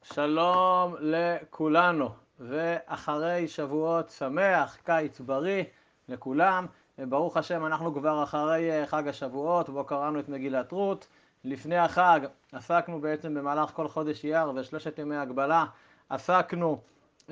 שלום לכולנו, ואחרי שבועות שמח, קיץ בריא לכולם. ברוך השם, אנחנו כבר אחרי חג השבועות, בו קראנו את מגילת רות. לפני החג עסקנו בעצם במהלך כל חודש אייר ושלושת ימי הגבלה, עסקנו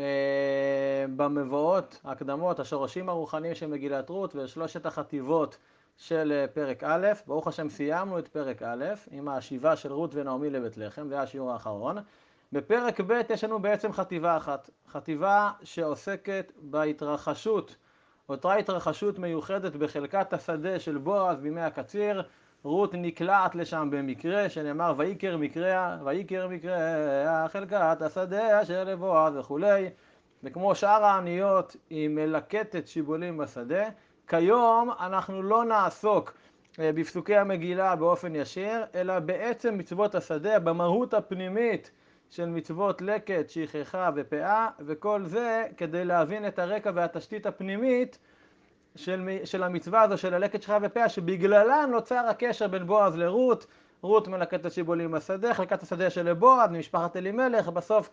במבואות, ההקדמות, השורשים הרוחניים של מגילת רות ושלושת החטיבות של פרק א'. ברוך השם סיימנו את פרק א' עם השיבה של רות ונעמי לבית לחם, זה היה השיעור האחרון. בפרק ב' יש לנו בעצם חטיבה אחת, חטיבה שעוסקת בהתרחשות, אותה התרחשות מיוחדת בחלקת השדה של בועז בימי הקציר. רות נקלעת לשם במקרה, שנאמר ויקר מקרה חלקת השדה של בועז וכולי, וכמו שאר העניות היא מלקטת שיבולים בשדה. כיום אנחנו לא נעסוק בפסוקי המגילה באופן ישיר, אלא בעצם מצוות השדה, במהות הפנימית של מצוות לקט, שכחה ופאה, וכל זה כדי להבין את הרקע והתשתית הפנימית של המצווה הזו של הלקט, שכחה ופאה, שבגללה נוצר הקשר בין בועז לרות. רות מלקטת שיבולים בשדה, חלקת השדה של בועז ממשפחת אלימלך,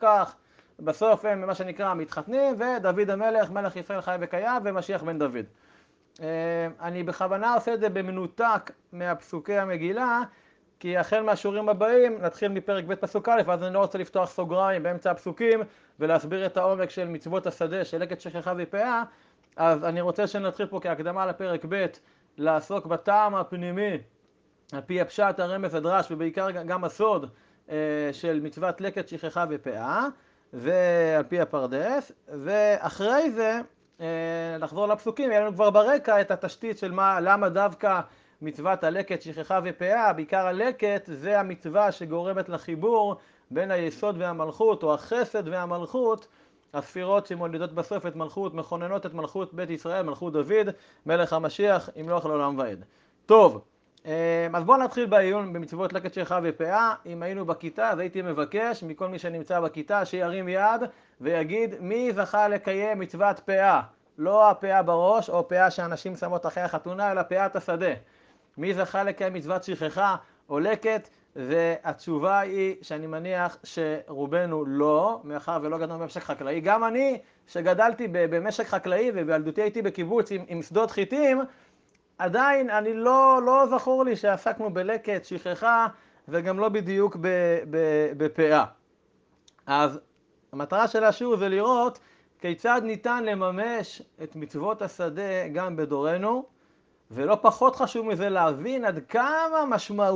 בסוף הם מה שנקרא מתחתנים, ודוד המלך, מלך ישראל חי וקיים, ומשיח בן דוד. אני בכוונה עושה את זה במנותק מהפסוקי המגילה, כי החל מהשיעורים הבאים נתחיל מפרק ב' פסוק א', אז אני לא רוצה לפתוח סוגריים באמצע הפסוקים ולהסביר את העומק של מצוות השדה של לקט, שכחה ופאה. אז אני רוצה שנתחיל פה כהקדמה לפרק ב' לעסוק בטעם הפנימי על פי הפשט, הרמז, הדרש, ובעיקר גם הסוד של מצוות לקט, שכחה ופאה, ועל פי הפרדס. ואחרי זה לחזור לפסוקים, יהיה לנו כבר ברקע את התשתית של למה דווקא מצוות הלקט, שכחה ופאה. בעיקר הלקט זה המצווה שגורמת לחיבור בין היסוד והמלכות, או החסד והמלכות, הספירות שמולידות בסוף את מלכות, מכוננות את מלכות בית ישראל, מלכות דוד, מלך המשיח, ימלוך לעולם ועד. טוב, אז בואו נתחיל בעיון במצוות לקט, שכחה ופאה. אם היינו בכיתה, אז הייתי מבקש מכל מי שנמצא בכיתה שירים יד ויגיד מי זכה לקיים מצוות פאה. לא הפאה בראש או פאה שאנשים שמות אחרי החתונה, אלא פאת השדה. מי זכה לקיים מצוות שכחה או לקט? והתשובה היא שאני מניח שרובנו לא, מאחר ולא גדלנו במשק חקלאי. גם אני שגדלתי במשק חקלאי ובילדותי הייתי בקיבוץ עם שדות חיטים, עדיין אני לא זכור לי שעסקנו בלקט, שכחה, וגם לא בדיוק בפאה. אז המטרה של השיעור זה לראות כיצד ניתן לממש את מצוות השדה גם בדורנו, ולא פחות חשוב מזה להבין עד כמה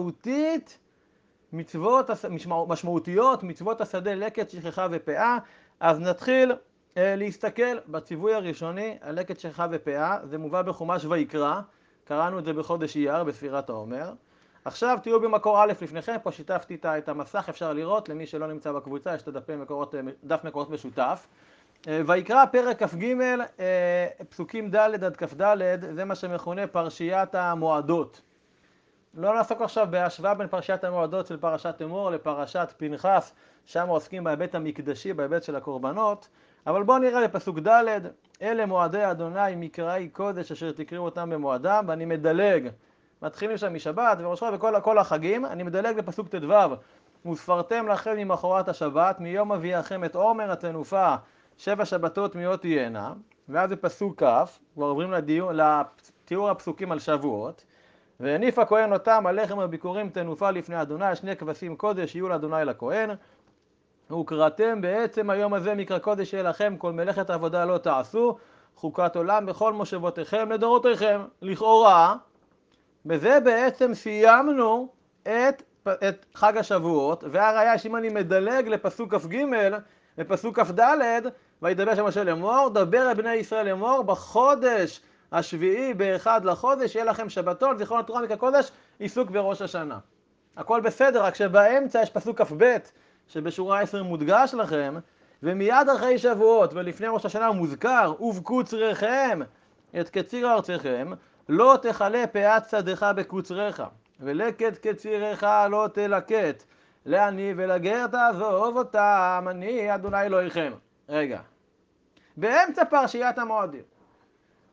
משמעותיות מצוות השדה לקט, שכחה ופאה. אז נתחיל להסתכל בציווי הראשוני על לקט, שכחה ופאה. זה מובא בחומש ויקרא, קראנו את זה בחודש אייר בספירת העומר. עכשיו תהיו במקור א' לפניכם, פה שיתפתי את המסך, אפשר לראות, למי שלא נמצא בקבוצה יש את דף מקורות משותף. ויקרא פרק כ"ג, פסוקים ד' עד כ"ד, זה מה שמכונה פרשיית המועדות. לא נעסוק עכשיו בהשוואה בין פרשיית המועדות של פרשת אמור לפרשת פנחס, שם עוסקים בהיבט המקדשי, בהיבט של הקורבנות. אבל בואו נראה בפסוק ד', אלה מועדי אדוני מקראי קודש אשר תקראו אותם במועדם, ואני מדלג, מתחילים שם משבת וראש חודש וכל החגים, אני מדלג לפסוק ט"ו, וספרתם לכם ממחרת השבת, מיום אביאכם את עומר התנופה, 7 שבתות מיות תהיינה. ואז בפסוק כ', כבר עוברים לתיאור הפסוקים על שבועות. והניף הכהן אותם הלחם הביקורים תנופה לפני אדוני, 2 כבשים קודש יהיו לאדוני לכהן. וקראתם בעצם היום הזה מקרא קודש יהיה לכם, כל מלאכת עבודה לא תעשו, חוקת עולם בכל מושבותיכם לדורותיכם. לכאורה, בזה בעצם סיימנו את חג השבועות, והראיה שאם אני מדלג לפסוק כ"ג, לפסוק כ"ד, וידבר שם משה לאמור, דבר אל בני ישראל לאמור, בחודש השביעי באחד לחודש יהיה לכם שבתון, זיכרון התורה מקרא קודש, עיסוק בראש השנה. הכל בסדר, רק שבאמצע יש פסוק כ"ב, שבשורה 10 מודגש לכם, ומיד אחרי שבועות ולפני ראש השנה מוזכר, ובקוצריכם את קציר ארצכם, לא תכלה פאת שדך בקוצריך, ולקט קצירך לא תלקט, לעני ולגר תעזוב אותם, אני אדוני אלוהיכם. רגע, באמצע פרשיית המועדים,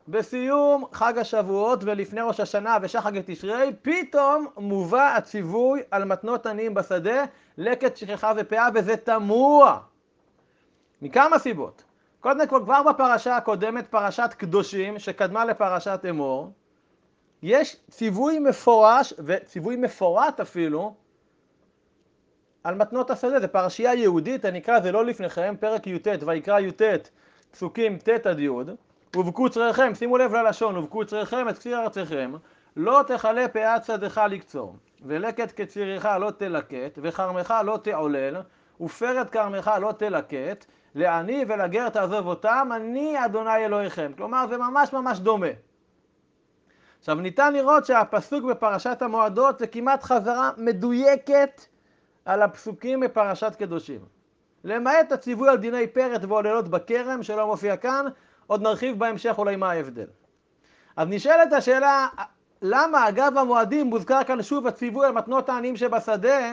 בסיום חג השבועות ולפני ראש השנה ושחג תשרי, פתאום מובא הציווי על מתנות עניים בשדה, לקט, שכחה ופאה, וזה תמוה. מכמה סיבות. קודם כל, כבר בפרשה הקודמת, פרשת קדושים, שקדמה לפרשת אמור, יש ציווי מפורש, וציווי מפורט אפילו, על מתנות השדה. זה פרשייה יהודית, אני אקרא, זה לא לפניכם, פרק י"ט, ויקרא י"ט, פסוקים ט' עד י', ובקעו צריכם, שימו לב ללשון, ובקעו צריכם את קציר ארציכם, לא תכלה פאת שדך לקצור, ולקט קצירך לא תלקט, וכרמך לא תעולל, ופרד כרמך לא תלקט, לעני ולגר תעזוב אותם, אני אדוני אלוהיכם. כלומר, זה ממש ממש דומה. עכשיו, ניתן לראות שהפסוק בפרשת המועדות זה כמעט חזרה מדויקת על הפסוקים בפרשת קדושים. למעט הציווי על דיני פרת ועוללות בכרם שלא מופיע כאן, עוד נרחיב בהמשך אולי מה ההבדל. אז נשאלת השאלה, למה אגב המועדים מוזכר כאן שוב הציווי על מתנות העניים שבשדה,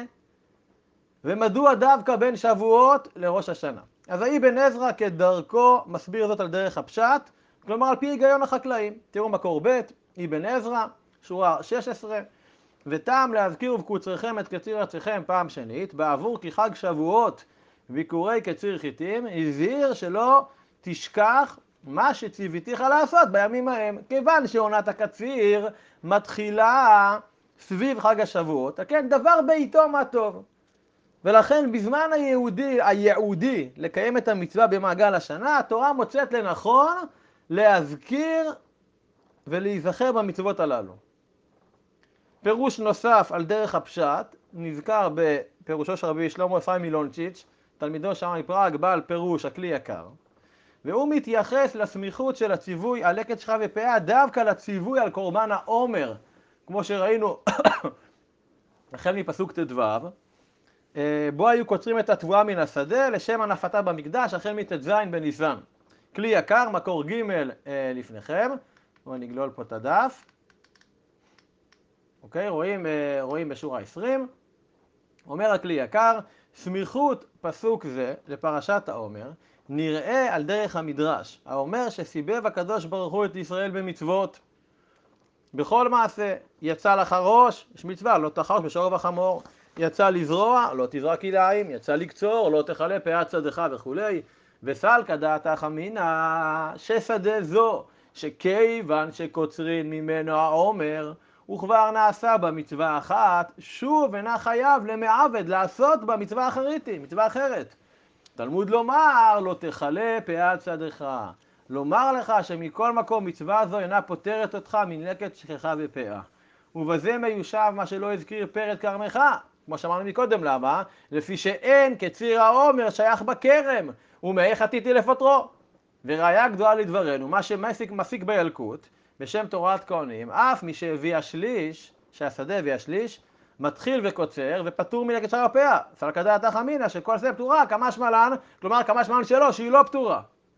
ומדוע דווקא בין שבועות לראש השנה? אז האבן עזרא כדרכו מסביר זאת על דרך הפשט, כלומר על פי היגיון החקלאים. תראו מקור ב', אבן עזרא, שורה 16, וטעם להזכיר ובקעו צריכם את קציר ארציכם פעם שנית, בעבור כי חג שבועות ביקורי קציר חיטים, הזהיר שלא תשכח מה שציוויתיך לעשות בימים ההם, כיוון שעונת הקציר מתחילה סביב חג השבועות, כן, דבר בעיתו מה טוב. ולכן בזמן הייעודי לקיים את המצווה במעגל השנה, התורה מוצאת לנכון להזכיר ולהיזכר במצוות הללו. פירוש נוסף על דרך הפשט נזכר בפירושו של רבי שלמה אפרים מילונצ'יץ', תלמידו שם מפראג, בעל פירוש הכלי יקר, והוא מתייחס לסמיכות של הציווי על לקט, שכחה ופאה דווקא לציווי על קורבן העומר, כמו שראינו החל מפסוק ט"ו, בו היו קוצרים את התבואה מן השדה לשם הנפתה במקדש החל מט"ז בניסן. כלי יקר, מקור ג' לפניכם. בואו נגלול פה את הדף. אוקיי, רואים בשורה 20. אומר הכלי יקר, סמיכות פסוק זה לפרשת העומר נראה על דרך המדרש, האומר שסיבב הקדוש ברוך הוא את ישראל במצוות. בכל מעשה, יצא לחרוש, יש מצווה, לא תחרוש בשור וחמור, יצא לזרוע, לא תזרע כלאיים, יצא לקצור, לא תכלה פאת שדך וכו'. וסלקא דעתך אמינא ששדה זו, שכיוון שקוצרין ממנו העומר, וכבר נעשה במצווה אחת, שוב אינה חייב למעבד לעשות במצווה אחריתי, מצווה אחרת. תלמוד לומר, לא תכלה פאת שדך. לומר לך שמכל מקום מצווה זו אינה פותרת אותך מלקט, שכחה ופאה. ובזה מיושב מה שלא הזכיר פרת כרמך, כמו שאמרנו מקודם. למה? לפי שאין קציר העומר שייך בכרם, ומאי חטאתי לפטרו. וראיה גדולה לדברנו, מה שמסיק בילקוט, בשם תורת כהנים, אף מי שהביא השליש, שהשדה הביא השליש, מתחיל וקוצר ופטור מלקט, שכחה ופאה. סלקא דעתך אמינא שכל זה פטורה, כמה שמלן, כלומר כמה שמלן שלו שהיא לא פטורה.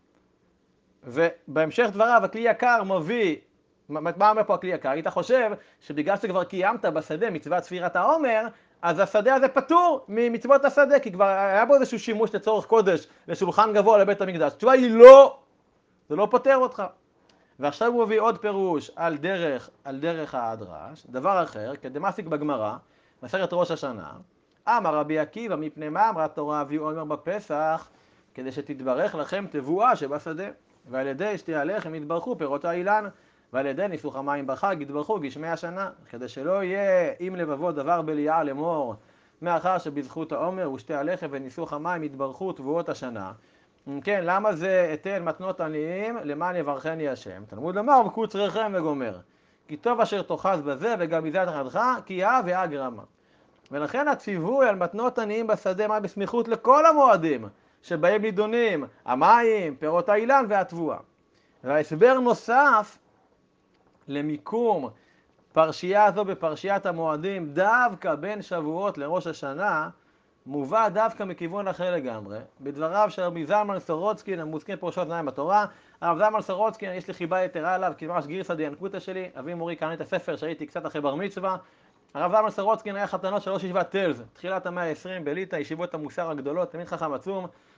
ובהמשך דבריו הכלי יקר מביא, מה אומר פה הכלי יקר? היית חושב שבגלל שכבר קיימת בשדה מצוות ספירת העומר, אז השדה הזה פטור ממצוות השדה, כי כבר היה בו איזשהו שימוש לצורך קודש, לשולחן גבוה לבית המקדש. התשובה היא לא, זה לא פותר אותך. ועכשיו הוא מביא עוד פירוש על דרך הדרש, דבר אחר, כדמסיק בגמרא, מסכת ראש השנה, אמר רבי עקיבא, מפני מה אמרה תורה הביאו עומר בפסח? כדי שתתברך לכם תבואה שבשדה, ועל ידי שתי הלחם יתברכו פירות האילן, ועל ידי ניסוך המים בחג יתברכו גשמי השנה, כדי שלא יהיה עם לבבו דבר בליעה לאמור, מאחר שבזכות העומר ושתי הלחם וניסוך המים יתברכו תבואות השנה. כן, למה זה אתן מתנות עניים למען יברכני השם? תלמוד לומר, בקעו צריכם וגומר. כי טוב אשר תאחז בזה וגם מזה תחתך, כי הא והא גרמה. ולכן הציווי על מתנות עניים בשדה מה בסמיכות לכל המועדים שבהם נידונים המים, פירות האילן והתבואה. וההסבר נוסף למיקום פרשייה הזו בפרשיית המועדים דווקא בין שבועות לראש השנה, מובא דווקא מכיוון אחר לגמרי, בדבריו של רבי זלמן סורוצקין, המוזכרים פרשות זניים בתורה. הרב זלמן סורוצקין, יש לי חיבה יתרה עליו, כי ממש גרסא דינקותא שלי, אבי מורי קנה את הספר שהייתי קצת אחרי בר מצווה. הרב זלמן סורוצקין היה חתנו של ראש ישיבת טלז, תחילת המאה ה-20 בליטא, ישיבות המוסר הגדולות, תמיד חכם עצום,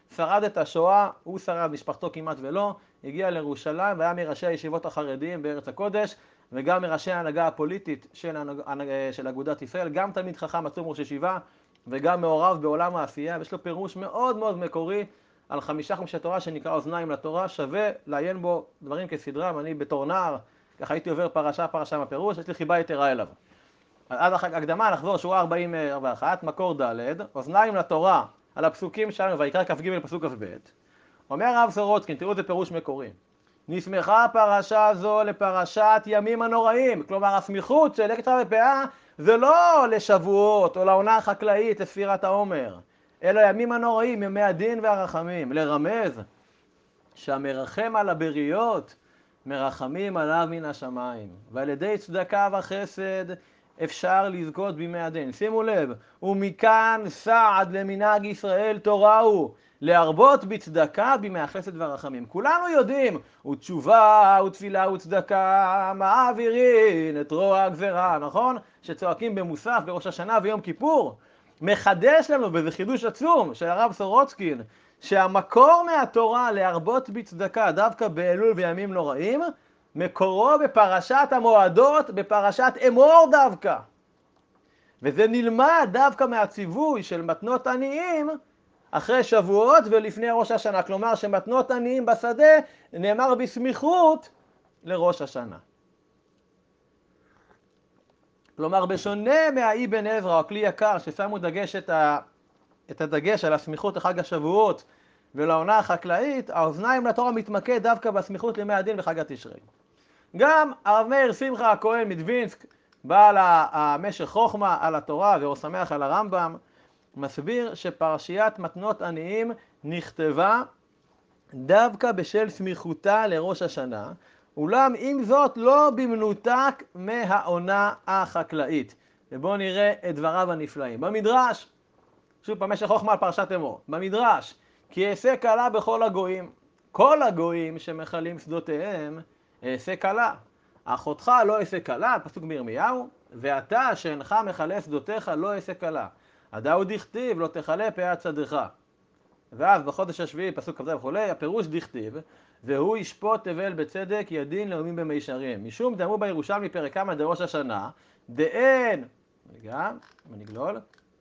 שרד את השואה, הוא שרד, משפחתו כמעט ולא, הגיע לירושלים והיה מראשי הישיבות החרדיים בארץ הקודש, וגם מראשי ההנהגה הפוליטית של אגודת ישראל, גם תלמיד חכם עצום ראש ישיבה, וגם מעורב בעולם העשייה, ויש לו פירוש מאוד מאוד מקורי על 5 חומשי תורה שנקרא אוזניים לתורה, שווה לעיין בו דברים כסדרם. אני בתור נער, ככה הייתי עובר פרשה מהפירוש, יש לי חיבה יתרה אליו. עד הקדמה נחזור שורה 41, מקור ד', אוזניים לתורה, על הפסוקים שלנו, ויקרא כ"ג פסוק כ"ב. אומר הרב סורוצקין, תראו איזה פירוש מקורי. נסמכה פרשה זו לפרשת ימים הנוראים, כלומר הסמיכות של אקטרה ופאה זה לא לשבועות או לעונה החקלאית לספירת העומר, אלא ימים הנוראים, ימי הדין והרחמים, לרמז שהמרחם על הבריות מרחמים עליו מן השמיים, ועל ידי צדקה וחסד אפשר לזכות בימי הדין. שימו לב, ומכאן סעד למנהג ישראל תורה הוא להרבות בצדקה בימי החסד והרחמים. כולנו יודעים, ותשובה ותפילה וצדקה מעבירין את רוע הגזרה, נכון? שצועקים במוסף בראש השנה ויום כיפור. מחדש לנו בזה חידוש עצום של הרב סורוצקין, שהמקור מהתורה להרבות בצדקה דווקא באלול וימים נוראים, מקורו בפרשת המועדות, בפרשת אמור דווקא. וזה נלמד דווקא מהציווי של מתנות עניים אחרי שבועות ולפני ראש השנה. כלומר שמתנות עניים בשדה נאמר בסמיכות לראש השנה. כלומר בשונה מהאבן עזרא, הכלי יקר, ששמו את הדגש על הסמיכות לחג השבועות ולעונה החקלאית, האוזניים לתורה מתמקד דווקא בסמיכות לימי הדין וחג התשרי. גם הרב מאיר שמחה הכהן מדווינסק, בעל המשך חוכמה על התורה ואור שמח על הרמב"ם, מסביר שפרשיית מתנות עניים נכתבה דווקא בשל סמיכותה לראש השנה, אולם עם זאת לא במנותק מהעונה החקלאית. ובואו נראה את דבריו הנפלאים. במדרש, שוב פעם משך חוכמה על פרשת אמור, במדרש, כי אעשה כלה בכל הגויים, כל הגויים שמחלים שדותיהם אעשה כלה. אחותך לא אעשה כלה, פסוק בירמיהו, ואתה שאינך מכלה שדותיך לא אעשה כלה. הדאו דכתיב לא תכלה פאת שדך. ואז בחודש השביעי, פסוק כ"ז וכולי, הפירוש דכתיב, והוא ישפוט תבל בצדק ידין לאומים במישרים. משום דאמרו בירושלמי פרק כמה דראש השנה, דאין, רגע, נגלול,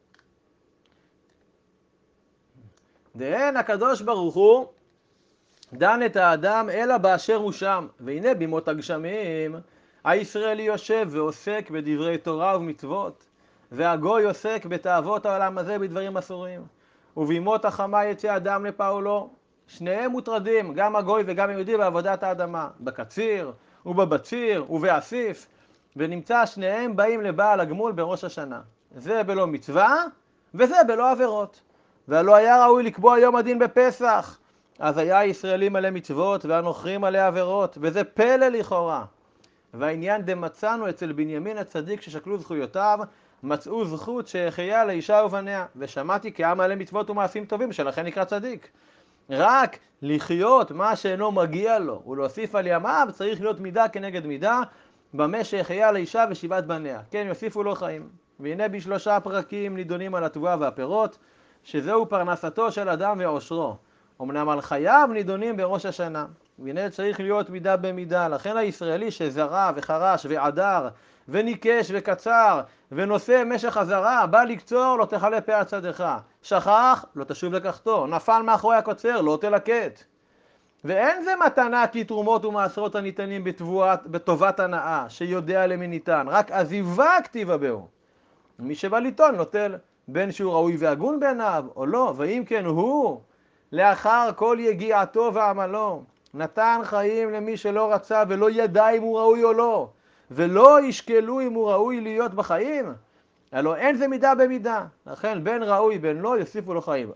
דאין הקדוש ברוך הוא דן את האדם אלא באשר הוא שם, והנה בימות הגשמים הישראלי יושב ועוסק בדברי תורה ומצוות, והגוי עוסק בתאוות העולם הזה בדברים אסורים, ובימות החמה יצא אדם לפעולו. שניהם מוטרדים, גם הגוי וגם היהודי, בעבודת האדמה, בקציר ובבציר ובאסיף, ונמצא שניהם באים לבעל הגמול בראש השנה. זה בלא מצווה וזה בלא עבירות. והלא היה ראוי לקבוע יום הדין בפסח, אז היה הישראלי מלא מצוות והנוכרים מלא עבירות, וזה פלא לכאורה. והעניין דמצאנו אצל בנימין הצדיק ששקלו זכויותיו, מצאו זכות שהחיה לאישה ובניה, ושמעתי כי עם מלא מצוות ומעשים טובים, שלכן נקרא צדיק. רק לחיות מה שאינו מגיע לו ולהוסיף על ימיו צריך להיות מידה כנגד מידה, במה שהחיה לאישה ושבעת בניה, כן יוסיפו לו חיים. והנה בשלושה פרקים נידונים על התבואה והפירות, שזהו פרנסתו של אדם ועושרו. אמנם על חייו נידונים בראש השנה, והנה צריך להיות מידה במידה. לכן הישראלי שזרע וחרש ועדר וניקש וקצר ונושא משך הזרע, בא לקצור לא תכלה פאת שדך, שכח לא תשוב לקחתו, נפל מאחורי הקוצר לא תלקט. ואין זה מתנה כי תרומות ומעשרות הניתנים בטובת הנאה שיודע למי ניתן, רק עזיבה כתיבה בהו. מי שבא ליטון נוטל בין שהוא ראוי והגון בעיניו או לא, ואם כן הוא לאחר כל יגיעתו ועמלו נתן חיים למי שלא רצה ולא ידע אם הוא ראוי או לא, ולא ישקלו אם הוא ראוי להיות בחיים, הלא אין זה מידה במידה. לכן בין ראוי בין לא יוסיפו לו חיים.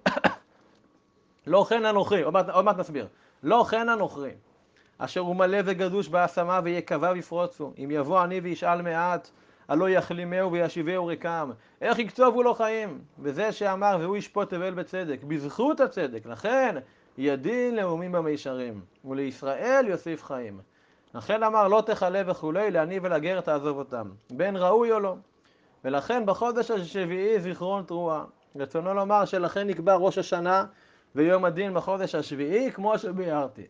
לא כן הנוכרי, עוד מעט נסביר, לא כן הנוכרי אשר הוא מלא וגדוש בהשמה ויקבה בפרוצו, אם יבוא עני וישאל מעט הלא יחלימהו וישיבהו ריקם, איך יקצובו לו חיים? וזה שאמר והוא ישפוט תבל בצדק, בזכות הצדק, לכן ידין לאומים במישרים, ולישראל יוסיף חיים. לכן אמר לא תכלה וכולי, לעני ולגר תעזוב אותם, בין ראוי או לא. ולכן בחודש השביעי זיכרון תרועה, רצונו לומר שלכן נקבע ראש השנה ויום הדין בחודש השביעי, כמו שביארתי.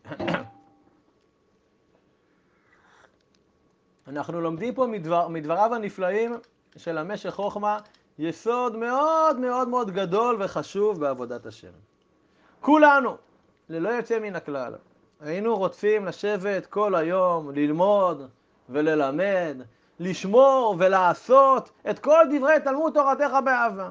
אנחנו לומדים פה מדבריו הנפלאים של המשך חוכמה, יסוד מאוד מאוד מאוד גדול וחשוב בעבודת השם. כולנו, ללא יוצא מן הכלל, היינו רוצים לשבת כל היום, ללמוד וללמד, לשמור ולעשות את כל דברי תלמוד תורתך באהבה.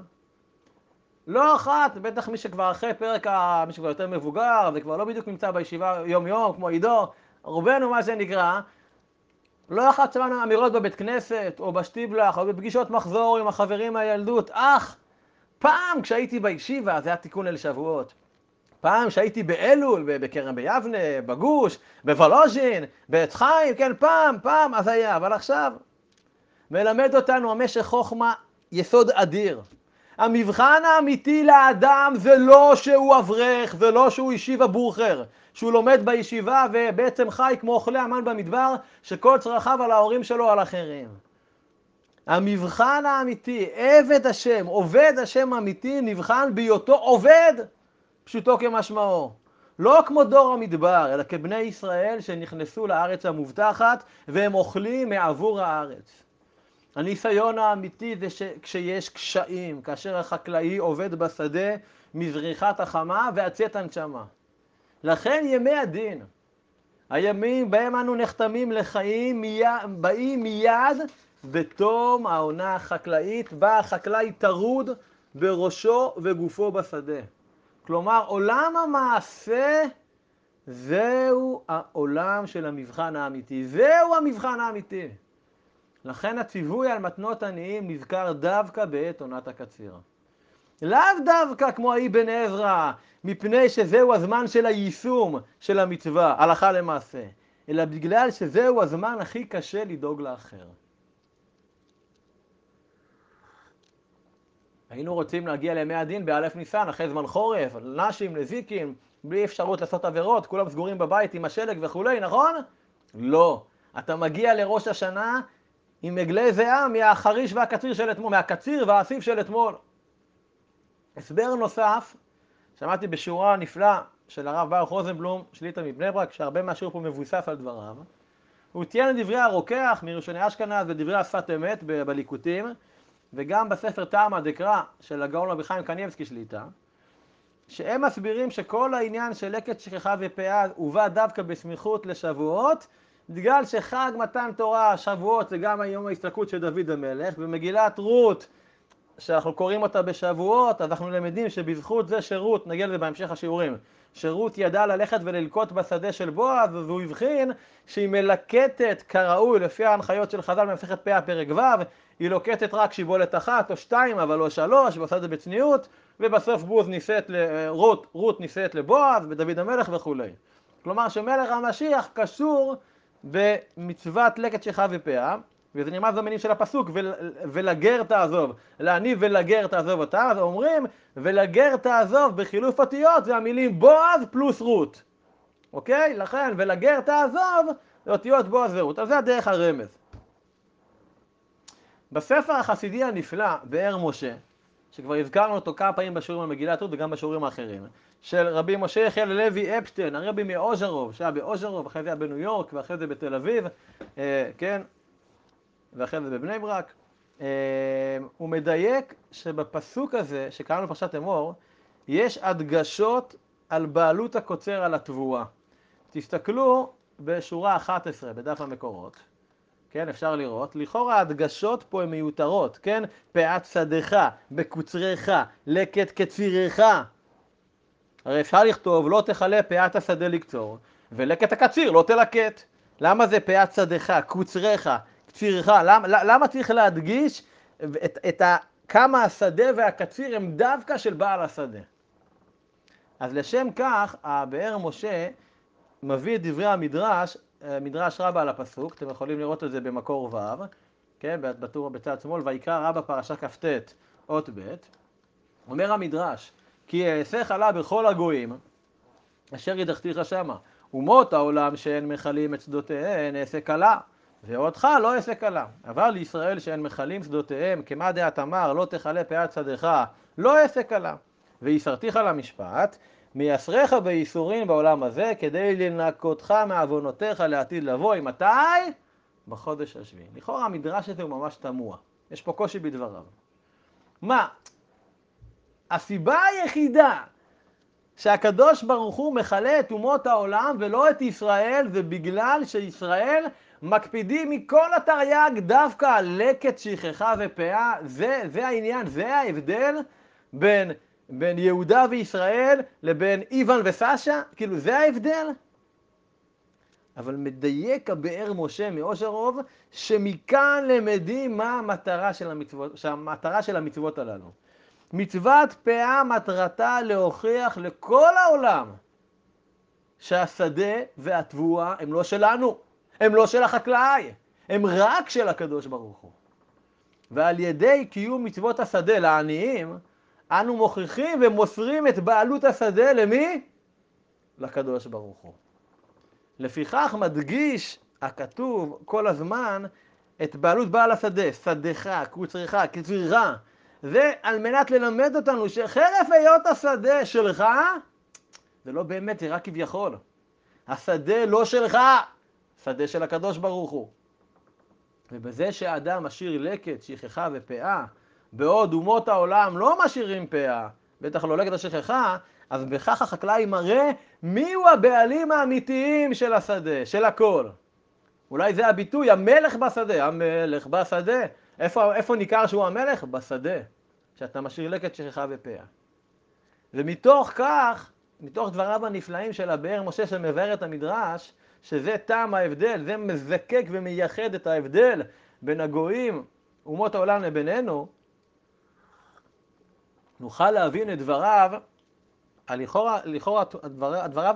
לא אחת, בטח מי שכבר אחרי פרק, מי שכבר יותר מבוגר וכבר לא בדיוק נמצא בישיבה יום יום, כמו עידו, רובנו מה שנקרא, לא אחת שמענו אמירות בבית כנסת או בשטיבלח או בפגישות מחזור עם החברים מהילדות. פעם כשהייתי בישיבה, זה היה תיקון אל שבועות, פעם שהייתי באלול, בכרם ביבנה, בגוש, בוולוז'ין, בעץ חיים, כן, פעם, אז היה, אבל עכשיו מלמד אותנו המשך חוכמה יסוד אדיר. המבחן האמיתי לאדם זה לא שהוא אברך, זה לא שהוא ישיבה בורחר, שהוא לומד בישיבה ובעצם חי כמו אוכלי המן במדבר, שכל צרכיו על ההורים שלו, על אחרים. המבחן האמיתי, עבד השם, עובד השם אמיתי, נבחן בהיותו עובד, פשוטו כמשמעו. לא כמו דור המדבר, אלא כבני ישראל שנכנסו לארץ המובטחת והם אוכלים מעבור הארץ. הניסיון האמיתי זה שכשיש קשיים, כאשר החקלאי עובד בשדה מזריחת החמה ועצת הנשמה. לכן ימי הדין, הימים בהם אנו נחתמים לחיים, באים מיד בתום העונה החקלאית, בה החקלאי טרוד בראשו וגופו בשדה. כלומר, עולם המעשה זהו העולם של המבחן האמיתי, זהו המבחן האמיתי. לכן הציווי על מתנות עניים נזכר דווקא בעת עונת הקציר. לאו דווקא כמו האבן עזרא, מפני שזהו הזמן של היישום של המצווה, הלכה למעשה, אלא בגלל שזהו הזמן הכי קשה לדאוג לאחר. היינו רוצים להגיע לימי הדין באלף ניסן, אחרי זמן חורף, נשים, נזיקים, בלי אפשרות לעשות עבירות, כולם סגורים בבית עם השלג וכולי, נכון? לא. אתה מגיע לראש השנה עם עגלי זיעה מהחריש והקציר של אתמול, מהקציר והאסיף של אתמול. הסבר נוסף, שמעתי בשורה נפלא של הרב ברוך רוזנבלום, שליט"א מבני ברק, שהרבה מהשיעור פה מבוסס על דבריו. הוא ציין דברי הרוקח מראשוני אשכנז ודברי השפת אמת בליקוטים, וגם בספר טעמא דקרא של הגאון רבי חיים קניבסקי שליט"א, שהם מסבירים שכל העניין של לקט שכחה ופאה הובא דווקא בסמיכות לשבועות, בגלל שחג מתן תורה, שבועות, זה גם היום ההסתלקות של דוד המלך, ומגילת רות, שאנחנו קוראים אותה בשבועות, אז אנחנו למדים שבזכות זה שרות, נגיע לזה בהמשך השיעורים, שרות ידע ללכת וללקוט בשדה של בועז, והוא הבחין שהיא מלקטת כראוי לפי ההנחיות של חז"ל במסכת פאה פרק ו', היא לוקטת רק שיבולת אחת או שתיים, אבל לא שלוש, ועושה את זה בצניעות, ובסוף רות נישאת לבועז, ודוד המלך וכו'. כלומר שמלך המשיח קשור במצוות לקט שכחה ופאה, וזה נרמז במילים של הפסוק, ולגר תעזוב, לעני ולגר תעזוב אותה, אז אומרים, ולגר תעזוב בחילוף אותיות, זה המילים בועז פלוס רות. אוקיי? לכן, ולגר תעזוב, זה אותיות בועז ורות. אז זה הדרך הרמז. בספר החסידי הנפלא, באר משה, שכבר הזכרנו אותו כמה פעמים בשיעורים על מגילת רות וגם בשיעורים האחרים, של רבי משה יחיאל לוי אפשטיין, הרבי מאוז'רוב, שהיה באוז'רוב, אחרי זה היה בניו יורק, ואחרי זה בתל אביב, כן, ואחרי זה בבני ברק. הוא מדייק שבפסוק הזה, שקראנו פרשת אמור, יש הדגשות על בעלות הקוצר על התבואה. תסתכלו בשורה 11 בדף המקורות. כן, אפשר לראות, לכאורה ההדגשות פה הן מיותרות, כן? פאת שדך, בקוצרך, לקט קצירך. הרי אפשר לכתוב, לא תחלה פאת השדה לקצור, ולקט הקציר לא תלקט. למה זה פאת שדך, קוצרך, קצירך? למה צריך להדגיש כמה השדה והקציר הם דווקא של בעל השדה? אז לשם כך, הבאר משה מביא את דברי המדרש, מדרש רבה על הפסוק, אתם יכולים לראות את זה במקור ו', כן, בטור בצד שמאל, ויקרא רבה פרשה כ"ט, אות ב', אומר המדרש, כי אעשך לה בכל הגויים, אשר ידחתיך שמה, אומות העולם שאין מחלים את שדותיהן, אעשה כלה, ואותך לא אעשה כלה. אבל לישראל שאין מחלים שדותיהם, כמה דעת אמר, לא תחלה פאת שדך, לא אעשה כלה. ויסרתיך למשפט, מייסריך בייסורים בעולם הזה, כדי לנקותך מעוונותיך לעתיד לבוא. מתי? בחודש השביעי. לכאורה המדרש הזה הוא ממש תמוה. יש פה קושי בדבריו. מה? הסיבה היחידה שהקדוש ברוך הוא מכלה את אומות העולם ולא את ישראל, זה בגלל שישראל מקפידים מכל התרי"ג דווקא על לקט, שכחה ופאה. זה העניין, זה ההבדל בין יהודה וישראל לבין איוון וסשה, כאילו זה ההבדל. אבל מדייק הבאר משה מאושר רוב, שמכאן למדים מה המטרה של המצוות הללו. מצוות פאה מטרתה להוכיח לכל העולם שהשדה והתבואה הם לא שלנו, הם לא של החקלאי, הם רק של הקדוש ברוך הוא. ועל ידי קיום מצוות השדה לעניים, אנו מוכיחים ומוסרים את בעלות השדה למי? לקדוש ברוך הוא. לפיכך מדגיש הכתוב כל הזמן את בעלות בעל השדה, שדך, קוצרך, קצריך. זה על מנת ללמד אותנו שחרף היות השדה שלך, זה לא באמת, זה רק כביכול. השדה לא שלך, שדה של הקדוש ברוך הוא. ובזה שהאדם משאיר לקט, שכחה ופאה, בעוד אומות העולם לא משאירים פאה, בטח לא לקט השכחה, אז בכך החקלאי מראה מיהו הבעלים האמיתיים של השדה, של הכל. אולי זה הביטוי, המלך בשדה, המלך בשדה. איפה ניכר שהוא המלך? בשדה, שאתה משאיר לקט, שכחה ופאה. ומתוך כך, מתוך דבריו הנפלאים של הבאר משה שמבאר את המדרש, שזה טעם ההבדל, זה מזקק ומייחד את ההבדל בין הגויים, אומות העולם לבינינו, נוכל להבין את דבריו, לכאורה דבריו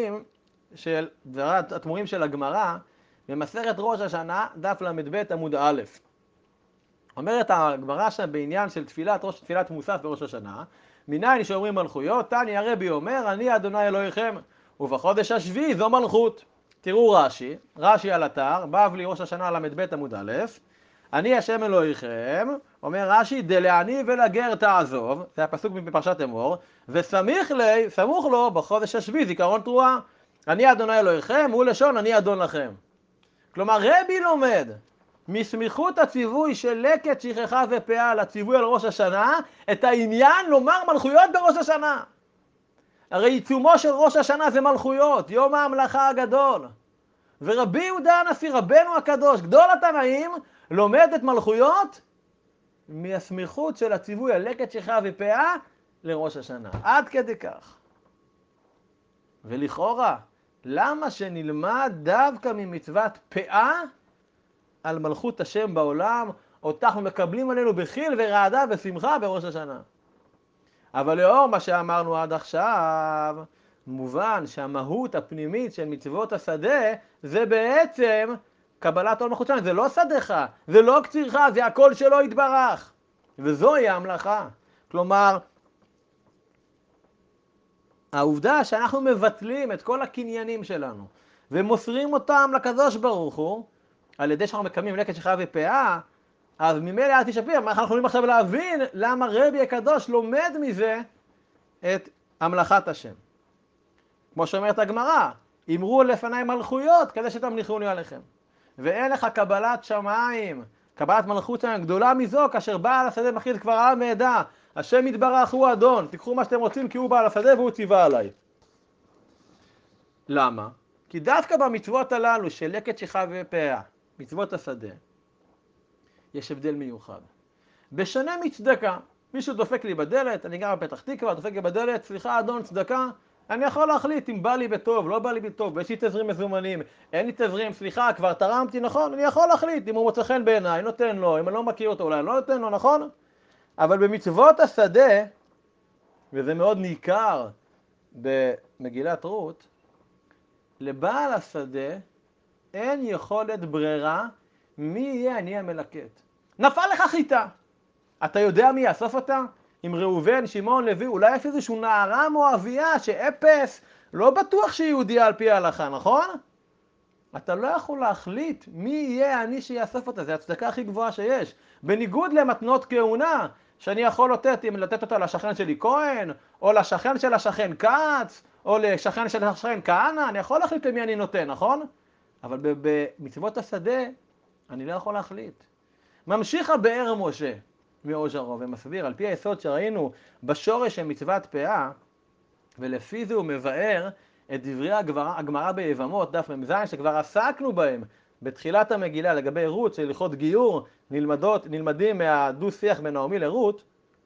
התמוהים של הגמרא, במסכת ראש השנה, דף ל"ב עמוד א'. אומרת הגמרא שם בעניין של תפילת מוסף בראש השנה, מניין שאומרים מלכויות, תניא הרבי אומר, אני אדוני אלוהיכם, ובחודש השביעי זו מלכות. תראו רש"י על אתר, בבלי ראש השנה ל"ב עמוד א', אני השם אלוהיכם, אומר רש"י, דלעני ולגר תעזוב, זה הפסוק בפרשת אמור, סמוך לו בחודש השביעי זיכרון תרועה. אני אדוני אלוהיכם, הוא לשון אני אדון לכם. כלומר רבי לומד מסמיכות הציווי של לקט, שכחה ופאה לציווי על ראש השנה, את העניין לומר מלכויות בראש השנה. הרי עיצומו של ראש השנה זה מלכויות, יום ההמלכה הגדול. ורבי יהודה הנשיא, רבנו הקדוש, גדול התנאים, לומד את מלכויות מהסמיכות של הציווי על לקט, שכחה ופאה לראש השנה. עד כדי כך. ולכאורה, למה שנלמד דווקא ממצוות פאה על מלכות השם בעולם, אותך מקבלים עלינו בחיל ורעדה ושמחה בראש השנה? אבל לאור מה שאמרנו עד עכשיו, מובן שהמהות הפנימית של מצוות השדה, זה בעצם קבלת עול מלכות שמיים. זה לא שדך, זה לא קצירך, זה הכל שלו יתברך. וזוהי המלאכה. כלומר, העובדה שאנחנו מבטלים את כל הקניינים שלנו, ומוסרים אותם לקדוש ברוך הוא, על ידי שאנחנו מקיימים לקט, שכחה ופאה, אז ממילא אל תשפיר, אנחנו יכולים עכשיו להבין למה רבי הקדוש לומד מזה את המלאכת השם. כמו שאומרת הגמרא, אמרו לפניי מלכויות כדי שתמליכוני עליכם. ואין לך קבלת שמיים, קבלת מלכות שמיים גדולה מזו, כאשר בעל השדה מכריז קבל עם ועדה, השם יתברך הוא אדון, תיקחו מה שאתם רוצים כי הוא בעל השדה והוא ציווה עליי. למה? כי דווקא במצוות הללו של לקט, שכחה ופאה, מצוות השדה, יש הבדל מיוחד. בשונה מצדקה, מישהו דופק לי בדלת, אני גר בפתח תקווה, דופק לי בדלת, סליחה אדון צדקה, אני יכול להחליט אם בא לי בטוב, לא בא לי בטוב, יש לי תזרים מזומנים, אין לי תזרים, סליחה, כבר תרמתי, נכון? אני יכול להחליט אם הוא מוצא חן בעיניי, נותן לו, אם אני לא מכיר אותו אולי, לא נותן לו, נכון? אבל במצוות השדה, וזה מאוד ניכר במגילת רות, לבעל השדה אין יכולת ברירה מי יהיה אני המלקט. נפל לך חיטה. אתה יודע מי יאסוף אותה? עם ראובן, שמעון, לוי, אולי יש איזשהו נערה מואביה שאפס, לא בטוח שהיא יהודיה על פי ההלכה, נכון? אתה לא יכול להחליט מי יהיה אני שיאסוף אותה, זה הצדקה הכי גבוהה שיש. בניגוד למתנות כהונה, שאני יכול לתת אותה לשכן שלי כהן, או לשכן של השכן כץ, או לשכן של השכן כהנא, אני יכול להחליט למי אני נותן, נכון? אבל במצוות השדה אני לא יכול להחליט. ממשיך הבאר משה מאוז'רו ומסביר, על פי היסוד שראינו בשורש של מצוות פאה, ולפי זה הוא מבאר את דברי הגמרא ביבמות, דף מ"ז, שכבר עסקנו בהם בתחילת המגילה לגבי רות, של הלכות גיור נלמדים מהדו שיח בין נעמי לרות.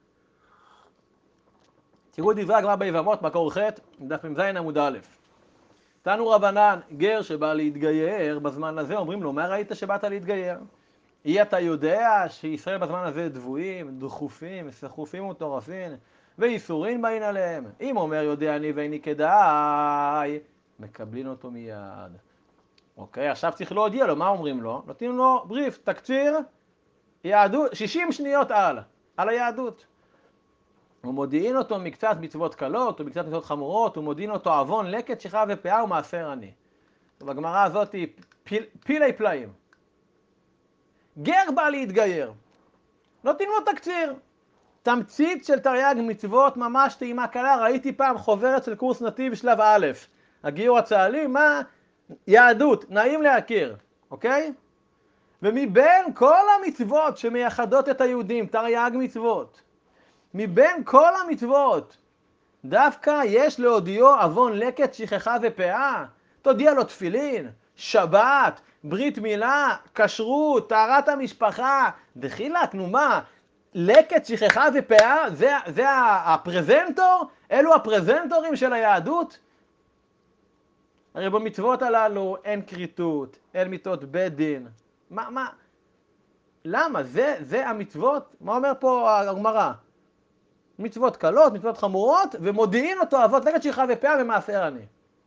תראו דברי הגמרא ביבמות, מקור ח', דף מ"ז עמוד א'. תנו רבנן, גר שבא להתגייר בזמן הזה, אומרים לו, מה ראית שבאת להתגייר? אתה יודע שישראל בזמן הזה דבויים, דחופים, סחופים וטורפים, ואיסורים באים עליהם. אם אומר יודע אני ואיני כדאי, מקבלים אותו מיד. אוקיי, עכשיו צריך להודיע לו, מה אומרים לו? נותנים לו בריף, תקציר, יהדות, 60 שניות על היהדות. הוא מודיעין אותו מקצת מצוות קלות, ומקצת מצוות חמורות, הוא מודיעין אותו עוון, לקט, שכחה ופאה ומעשר עני. בגמרא הזאת היא פילי פלאים. גר בא להתגייר, נותנים לו תקציר. תמצית של תרי"ג מצוות, ממש טעימה קלה. ראיתי פעם חוברת של קורס נתיב שלב א', הגיור הצה"לי, מה? יהדות, נעים להכיר, אוקיי? ומבין כל המצוות שמייחדות את היהודים, תרי"ג מצוות, מבין כל המצוות, דווקא יש להודיעו עוון, לקט, שכחה ופאה. תודיע לו תפילין, שבת, ברית מילה, כשרות, טהרת המשפחה. דחילק, נו מה? לקט, שכחה ופאה, זה הפרזנטור? אלו הפרזנטורים של היהדות? הרי במצוות הללו אין כריתות, אין מיתות בית דין. מה? למה? זה המצוות? מה אומר פה הגמרא? מצוות קלות, מצוות חמורות, ומודיעין אותו אבות לקט, שכחה ופאה ומעשר עני.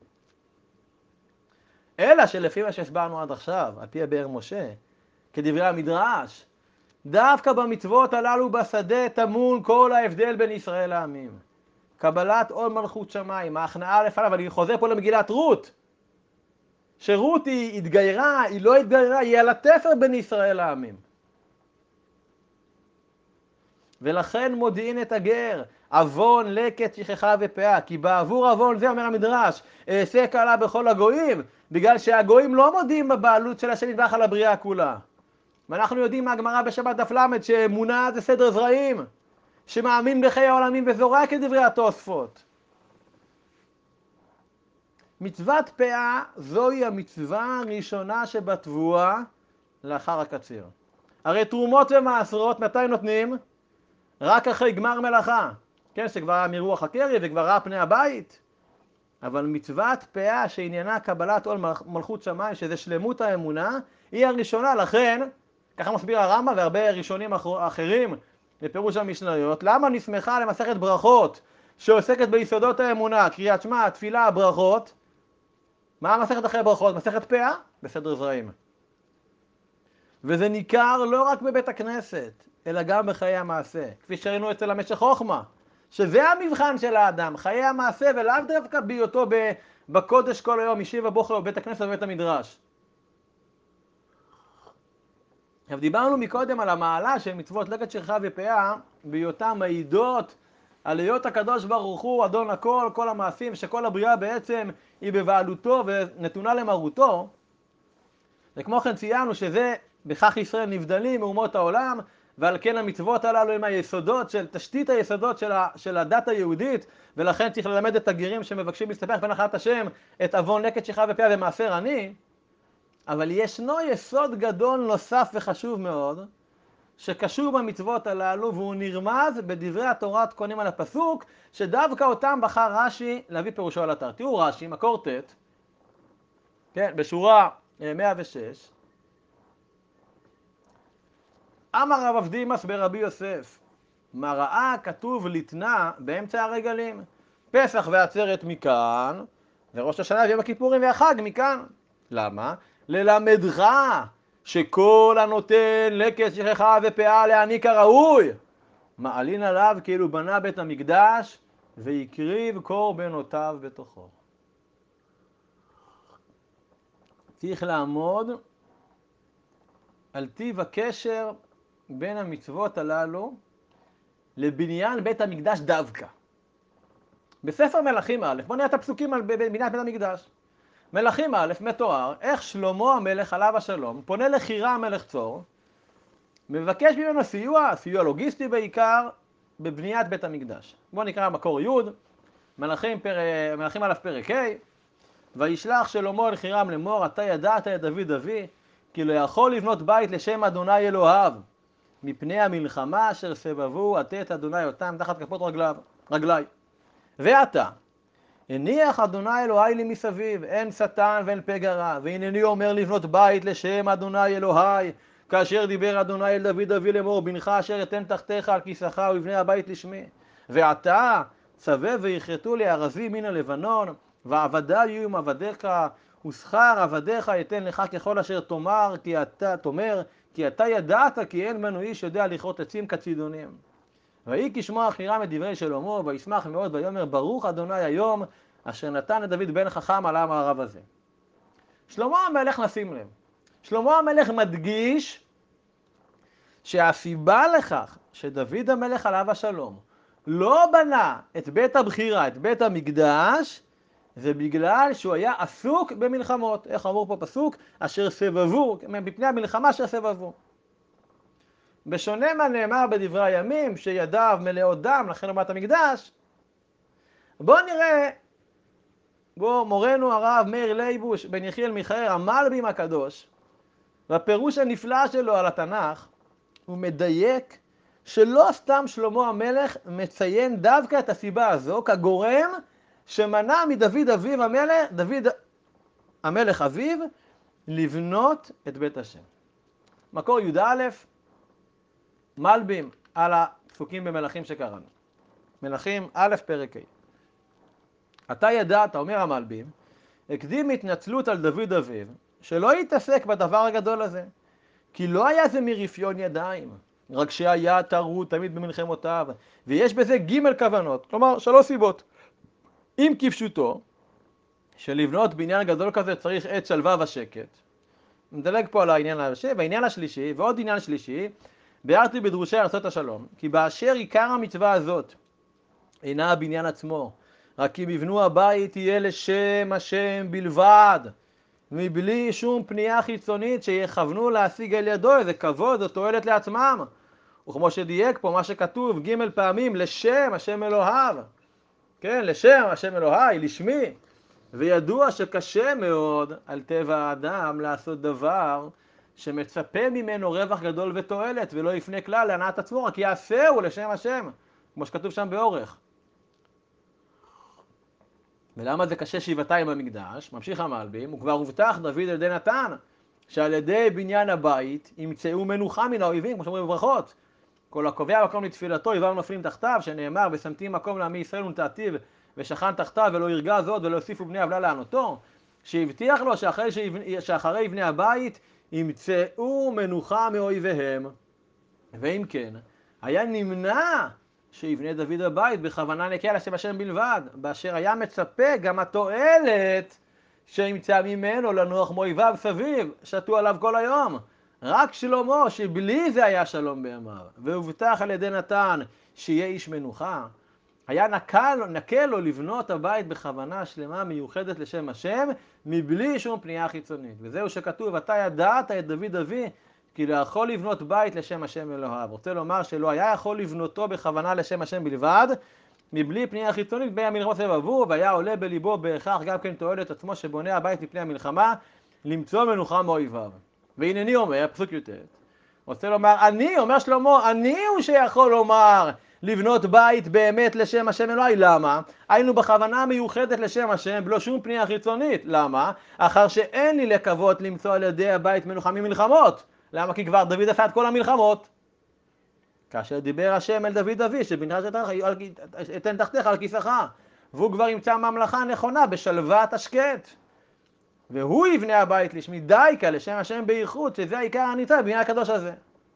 אלא שלפי מה שהסברנו עד עכשיו, על פי הבאר משה, כדברי המדרש, דווקא במצוות הללו בשדה טמון כל ההבדל בין ישראל לעמים. קבלת עול מלכות שמיים, ההכנעה לפניו. אני חוזר פה למגילת רות, שרות היא התגיירה, היא לא התגיירה, היא על התפר בין ישראל לעמים. ולכן מודיעין את הגר, עוון, לקט, שכחה ופאה, כי בעבור עוון זה, אומר המדרש, אעשה קלה בכל הגויים, בגלל שהגויים לא מודיעים בבעלות של השם יתברך על הבריאה כולה. ואנחנו יודעים מהגמרא בשבת דף ל' שאמונה זה סדר זרעים, שמאמין בחיי העולמים וזורק את דברי התוספות. מצוות פאה זוהי המצווה הראשונה שבתבואה לאחר הקציר. הרי תרומות ומעשרות מתי נותנים? רק אחרי גמר מלאכה, כן, שכבר היה מרוח הקרי וכבר ראה פני הבית. אבל מצוות פאה שעניינה קבלת עול מלכות שמיים, שזה שלמות האמונה, היא הראשונה. לכן, ככה מסביר הרמב"ם והרבה ראשונים אחרים בפירוש המשניות, למה נסמכה למסכת ברכות שעוסקת ביסודות האמונה, קריאת שמע, תפילה, ברכות? מה המסכת אחרי ברכות? מסכת פאה בסדר זרעים. וזה ניכר לא רק בבית הכנסת, אלא גם בחיי המעשה, כפי שראינו אצל המשך חוכמה, שזה המבחן של האדם, חיי המעשה, ולאו דווקא בהיותו בקודש כל היום, משיב הבוקר בבית הכנסת ובבית המדרש. עכשיו דיברנו מקודם על המעלה של מצוות לקט, שכחה ופאה, בהיותן מעידות על היות הקדוש ברוך הוא אדון הכל, כל המעשים, שכל הבריאה בעצם היא בבעלותו ונתונה למרותו. וכמו כן ציינו שזה בכך ישראל נבדלים מאומות העולם, ועל כן המצוות הללו הם היסודות של תשתית היסודות של הדת היהודית, ולכן צריך ללמד את הגרים שמבקשים להסתפח בנחלת השם את עוון, לקט, שכחה ופאה ומעשר עני. אבל ישנו יסוד גדול נוסף וחשוב מאוד שקשור במצוות הללו, והוא נרמז בדברי התורת קונים על הפסוק, שדווקא אותם בחר רש"י להביא פירושו על אתר. תראו רש"י, מקור ט', כן, בשורה 106, אמר רב אבדימאס ברבי יוסף, מה ראה כתוב לתנה באמצע הרגלים, פסח ועצרת מכאן, וראש השנה ויום הכיפורים והחג מכאן. למה? ללמדך שכל הנותן לקט, שכחה ופאה להעניק הראוי, מעלין עליו כאילו בנה בית המקדש והקריב קורבנותיו בתוכו. צריך לעמוד על טיב הקשר בין המצוות הללו לבניין בית המקדש דווקא. בספר מלכים א', בואו נראה את הפסוקים על בניית בית המקדש. מלכים א', מתואר איך שלמה המלך עליו השלום פונה לחירם מלך צור, מבקש ממנו סיוע לוגיסטי בעיקר, בבניית בית המקדש. בואו נקרא מקור י', מלכים א' פרק ה', וישלח שלמה אל חירם לאמור, אתה ידעת את דוד אבי, כי לא יכול לבנות בית לשם אדוני אלוהיו, מפני המלחמה אשר סבבו עטת אדוני אותם תחת כפות רגלי. ועתה, הניח אדוני אלוהי לי מסביב, אין שטן ואין פגע רע, והנני אומר לבנות בית לשם אדוני אלוהי, כאשר דיבר אדוני אל דוד אבי לאמור, בנך אשר אתן תחתיך על כיסאך ובני הבית לשמי. ועתה, סבב ויכרתו לי ארזים מן הלבנון, ועבדיי יהיו עם עבדיך, ושכר עבדיך יתן לך ככל אשר תאמר, כי אתה ידעת כי אין בנו איש יודע לכרות עצים כצידונים. ויהי כשמוע חירם את דברי שלמה, וישמח מאוד ויאמר, ברוך אדוני היום, אשר נתן לדוד בן חכם על העם הרב הזה. שלמה המלך, נשים לב, שלמה המלך מדגיש שהסיבה לכך שדוד המלך עליו השלום לא בנה את בית הבחירה, את בית המקדש, זה בגלל שהוא היה עסוק במלחמות. איך אמור פה פסוק? אשר סבבו, מפני המלחמה אשר סבבו. בשונה מה נאמר בדברי הימים, שידיו מלאות דם, לכן לא בנה את המקדש. בואו נראה, מורנו הרב מאיר לייבוש בן יחיאל מיכאל, המלבים הקדוש, והפירוש הנפלא שלו על התנ"ך, הוא מדייק שלא סתם שלמה המלך מציין דווקא את הסיבה הזו כגורם שמנע מדוד אביו דוד המלך אביו לבנות את בית השם. מקור י"א, מלבים על הפסוקים במלכים שקראנו. מלכים א' פרק ה'. אתה ידעת, אומר המלבים, הקדים התנצלות על דוד אביו, שלא יתעסק בדבר הגדול הזה, כי לא היה זה מרפיון ידיים, רק שהיה טרוד תמיד במלחמותיו, ויש בזה ג' כוונות, כלומר 3 סיבות. אם כפשוטו, שלבנות בניין גדול כזה צריך עת שלווה ושקט. נדלג פה על העניין השני, והעניין השלישי, ועוד עניין שלישי, ביארתי בדרושי ארצות השלום, כי באשר עיקר המצווה הזאת אינה הבניין עצמו, רק אם יבנו הבית יהיה לשם השם בלבד, מבלי שום פנייה חיצונית שיכוונו להשיג על ידו איזה כבוד או תועלת לעצמם. וכמו שדייק פה מה שכתוב ג' פעמים, לשם השם אלוהיו. כן, לשם השם אלוהי, לשמי. וידוע שקשה מאוד על טבע האדם לעשות דבר שמצפה ממנו רווח גדול ותועלת, ולא יפנה כלל להנאת עצמו, רק יעשהו לשם השם, כמו שכתוב שם באורך. ולמה זה קשה שבעתיים במקדש? ממשיך המלבים, וכבר הובטח דוד על ידי נתן, שעל ידי בניין הבית ימצאו מנוחה מן האויבים, כמו שאומרים בברכות. כל הקובע מקום לתפילתו, אויביו נופלים תחתיו, שנאמר, ושמתי מקום לעמי ישראל ונטעתיו, ושכן תחתיו, ולא ירגע זאת, ולא יוסיפו בני עוולה לענותו, שהבטיח לו שאחרי בני הבית ימצאו מנוחה מאויביהם. ואם כן, היה נמנע שיבנה דוד הבית בכוונה נקייה לשם השם בלבד, באשר היה מצפה גם התועלת שימצא ממנו לנוח מאויביו סביב, שתו עליו כל היום. רק שלמה, שבלי זה היה שלום בימיו, והובטח על ידי נתן שיהיה איש מנוחה, היה נקל לו לבנות הבית בכוונה שלמה מיוחדת לשם השם, מבלי שום פנייה חיצונית. וזהו שכתוב, אתה ידעת את דוד אבי, כי לא יכול לבנות בית לשם השם אלוהיו. רוצה לומר שלא היה יכול לבנותו בכוונה לשם השם בלבד, מבלי פנייה חיצונית בין המלחמות סבבו, והיה עולה בליבו בהכרח גם כן תועלת עצמו שבונה הבית מפני המלחמה, למצוא מנוחה מאויביו. והנני אומר, פסוק י"ט, רוצה לומר, אומר שלמה, אני הוא שיכול לומר לבנות בית באמת לשם השם אלוהי. למה? היינו בכוונה מיוחדת לשם השם, בלא שום פנייה חיצונית. למה? אחר שאין לי לקוות למצוא על ידי הבית מנוחה ממלחמות. למה? כי כבר דוד עשה את כל המלחמות. כאשר דיבר השם אל דוד אבי, שבנך אתן תחתיך על כיסאך, והוא כבר ימצא ממלכה נכונה בשלוות השקט. והוא יבנה הבית לשמי דייקה לשם השם בייחוד, שזה העיקר הניצב בבניין הקדוש הזה.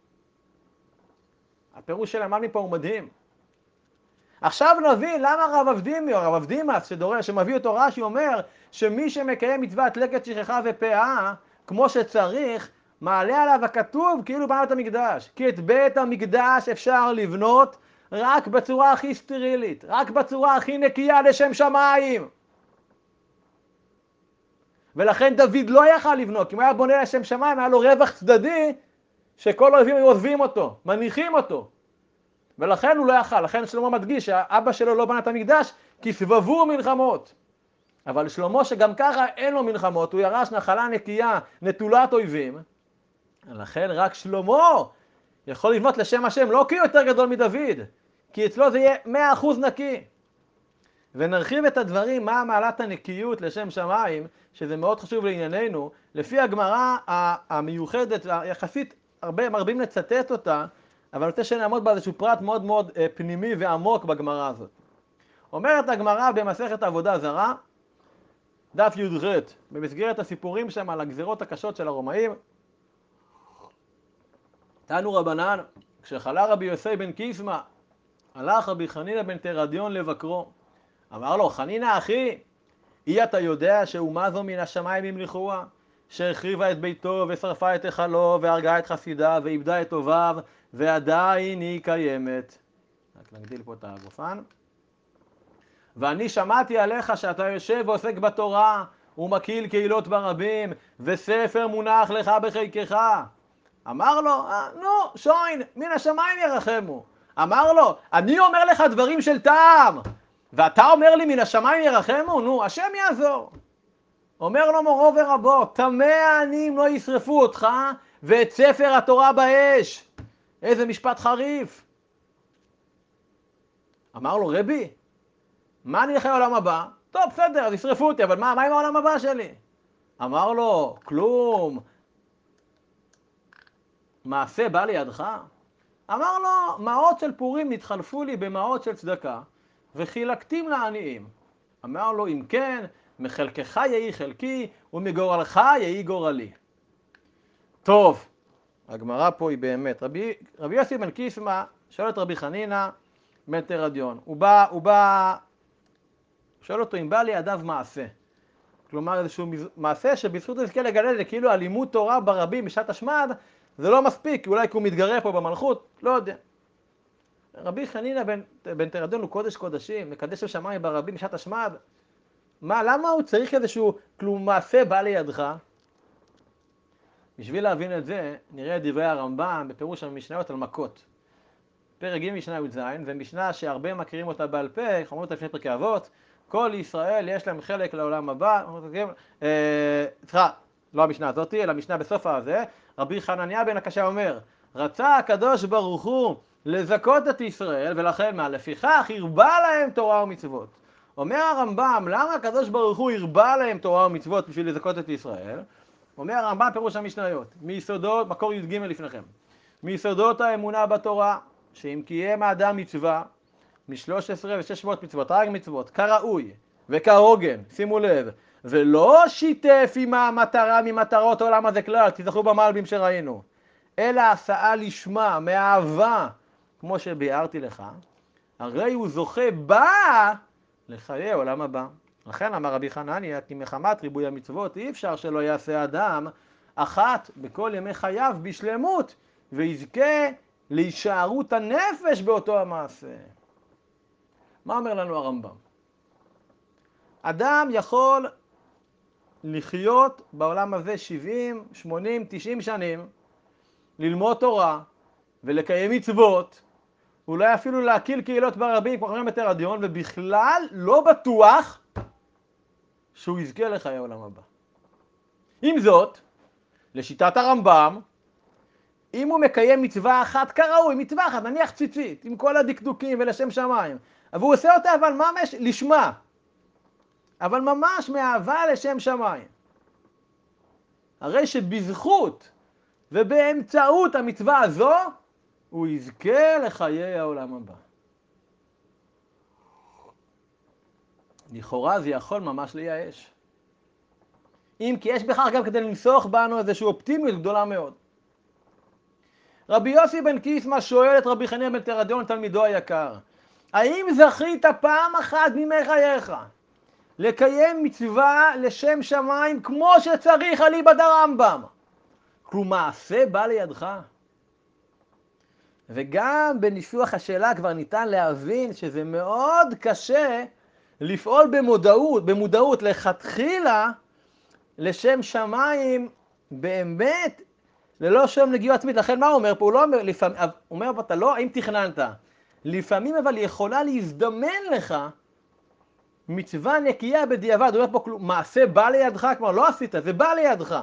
הפירוש של המלבים פה הוא מדהים. עכשיו נבין למה הרב אבדימאס שמביא אותו רש"י אומר שמי שמקיים מצוות לקט שכחה ופאה כמו שצריך, מעלה עליו הכתוב כאילו בנה את המקדש. כי את בית המקדש אפשר לבנות רק בצורה הכי סטרילית, רק בצורה הכי נקייה לשם שמיים. ולכן דוד לא יכל לבנות, כי אם היה בונה לשם שמיים, היה לו רווח צדדי, שכל האויבים היו עוזבים אותו, מניחים אותו. ולכן הוא לא יכל, לכן שלמה מדגיש שהאבא שלו לא בנה את המקדש, כי סבבו מלחמות. אבל שלמה שגם ככה אין לו מלחמות, הוא ירש נחלה נקייה, נטולת אויבים. לכן רק שלמה יכול לבנות לשם השם, לא כי הוא יותר גדול מדוד, כי אצלו זה יהיה 100% נקי. ונרחיב את הדברים, מה מעלת הנקיות לשם שמיים, שזה מאוד חשוב לענייננו, לפי הגמרא המיוחדת, יחסית מרבים לצטט אותה, אבל אני רוצה שנעמוד בה איזשהו פרט מאוד מאוד פנימי ועמוק בגמרא הזאת. אומרת הגמרא במסכת עבודה זרה, דף י"ח, במסגרת הסיפורים שם על הגזירות הקשות של הרומאים, תנו רבנן, כשחלה רבי יוסי בן קיסמא, הלך רבי חנינא בן תרדיון לבקרו. אמר לו, חנינא אחי, אי אתה יודע שאומה זו מן השמיים המליכוה, שהחריבה את ביתו ושרפה את היכלו והרגה את חסידה ואיבדה את אוהביו, ועדיין היא קיימת. רק נגדיל פה את הגופן. ואני שמעתי עליך שאתה יושב ועוסק בתורה ומקיל קהילות ברבים, וספר מונח לך בחיקך. אמר לו, נו, שוין, מן השמיים ירחמו. אמר לו, אני אומר לך דברים של טעם, ואתה אומר לי מן השמיים ירחמו? נו, השם יעזור. אומר לו מורו ורבו, טמא אני אם לא ישרפו אותך ואת ספר התורה באש. איזה משפט חריף. אמר לו, רבי, מה אני אחרי העולם הבא? טוב, בסדר, אז ישרפו אותי, אבל מה עם העולם הבא שלי? אמר לו, כלום. מעשה בא לידך? אמר לו, מעות של פורים נתחלפו לי במעות של צדקה, וחילקתים לעניים. אמר לו, אם כן, מחלקך יהי חלקי, ומגורלך יהי גורלי. טוב, הגמרא פה היא באמת. רבי יוסי בן קיסמא שואל את רבי חנינא בן תרדיון. הוא בא, שואל אותו אם בא לידיו מעשה. כלומר, איזשהו מעשה שבזכות יזכה לגלה, זה כאילו הלימוד תורה ברבים בשעת השמד, זה לא מספיק, אולי כי הוא מתגרה פה במלכות, לא יודע. רבי חנינא בן תרדיון הוא קודש קודשים, מקדש של שמיים ברבים בשעת השמד. למה הוא צריך איזשהו מעשה בא לידך? בשביל להבין את זה, נראה את דברי הרמב"ם בפירוש המשניות על מכות. פרק ג' משנה י"ז, ומשנה שהרבה מכירים אותה בעל פה, חמרו אותה לפני פרקי אבות, כל ישראל יש להם חלק לעולם הבא, לא המשנה הזאת, אלא המשנה בסוף הזה, רבי חנניה בן הקשיא אומר, רצה הקדוש ברוך הוא לזכות את ישראל, ולכן לפיכך הרבה להם תורה ומצוות. אומר הרמב"ם, למה הקדוש ברוך הוא הרבה להם תורה ומצוות בשביל לזכות את ישראל? אומר הרמב"ם פירוש המשניות, מיסודות, מקור י"ג לפניכם, מיסודות האמונה בתורה, שאם קיים האדם מצווה, מ-13 ו-600 מצוות, רק מצוות, כראוי וכהוגן, שימו לב, ולא שיתף עם המטרה ממטרות העולם הזה כלל, תזכרו במלבים שראינו, אלא עשה לשמה, מאהבה, כמו שביארתי לך, הרי הוא זוכה בה לחיי עולם הבא. לכן אמר רבי חנניה, כי מחמת ריבוי המצוות אי אפשר שלא יעשה אדם אחת בכל ימי חייו בשלמות, ויזכה להישארות הנפש באותו המעשה. מה אומר לנו הרמב"ם? אדם יכול לחיות בעולם הזה 70, 80, 90 שנים, ללמוד תורה ולקיים מצוות, אולי אפילו להקיל קהילות ברבים, כמו חכמים בתרדיון, ובכלל לא בטוח שהוא יזכה לחיי העולם הבא. עם זאת, לשיטת הרמב"ם, אם הוא מקיים מצווה אחת כראוי, מצווה אחת, נניח ציצית, עם כל הדקדוקים ולשם שמיים, והוא עושה אותה אבל ממש לשמה, אבל ממש מאהבה לשם שמיים. הרי שבזכות ובאמצעות המצווה הזו, הוא יזכה לחיי העולם הבא. לכאורה זה יכול ממש לייאש. אם כי יש בכך גם כדי לנסוך בנו איזושהי אופטימיות גדולה מאוד. רבי יוסי בן קיסמא שואל את רבי חנינא בן תרדיון, תלמידו היקר, האם זכית פעם אחת מימי חייך לקיים מצווה לשם שמיים כמו שצריך אליבא דרמב"ם? כלומר, מעשה בא לידך. וגם בניסוח השאלה כבר ניתן להבין שזה מאוד קשה לפעול במודעות לכתחילה לשם שמיים באמת ללא שום נגיעה עצמית. לכן מה הוא אומר פה? הוא לא אומר לפעמים, הוא אומר אתה לא אם תכננת. לפעמים אבל יכולה להזדמן לך מצווה נקייה בדיעבד. הוא אומר פה מעשה בא לידך, כלומר לא עשית, זה בא לידך.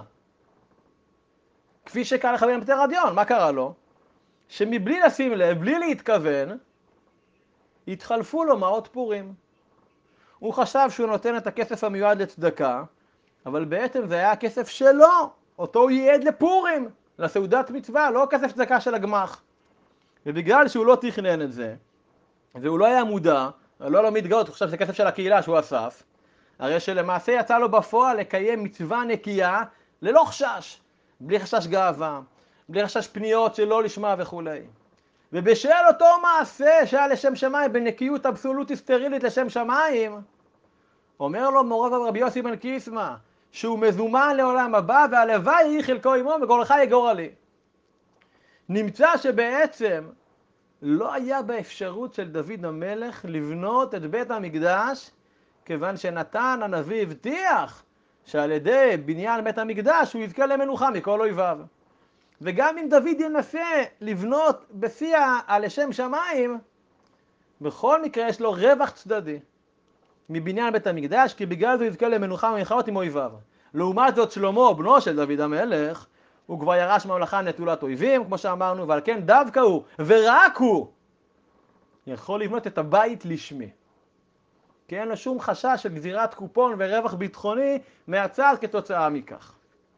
כפי שקרה לחבר פטר רדיון, מה קרה לו? שמבלי לשים לב, בלי להתכוון, התחלפו לו מעות פורים. הוא חשב שהוא נותן את הכסף המיועד לצדקה, אבל בעצם זה היה הכסף שלו, אותו הוא ייעד לפורים, לסעודת מצווה, לא כסף צדקה של הגמח. ובגלל שהוא לא תכנן את זה, והוא לא היה מודע, לא מתגאות, הוא חשב שזה כסף של הקהילה שהוא אסף, הרי שלמעשה יצא לו בפועל לקיים מצווה נקייה ללא חשש, בלי חשש גאווה, בלי חשש פניות שלא לשמה וכו'. ובשל אותו מעשה שהיה לשם שמיים, בנקיות אבסולוטית סטרילית לשם שמיים, אומר לו מורו רבי יוסי בן קיסמא, שהוא מזומן לעולם הבא, והלוואי יהי חלקו עמו וגורלך יגורל לי. נמצא שבעצם לא היה באפשרות של דוד המלך לבנות את בית המקדש, כיוון שנתן הנביא הבטיח שעל ידי בניין בית המקדש הוא יזכה למנוחה מכל אויביו. וגם אם דוד ינסה לבנות בשיא לשם שמיים, בכל מקרה יש לו רווח צדדי מבניין בית המקדש, כי בגלל זה הוא יזכה למנוחה ומלחמות עם אויביו. לעומת זאת שלמה, בנו של דוד המלך, הוא כבר ירש ממלכה נטולת אויבים, כמו שאמרנו, ועל כן דווקא הוא, ורק הוא, יכול לבנות את הבית לשמי. כי אין לו שום חשש של גזירת קופון ורווח ביטחוני מהצד כתוצאה מכך.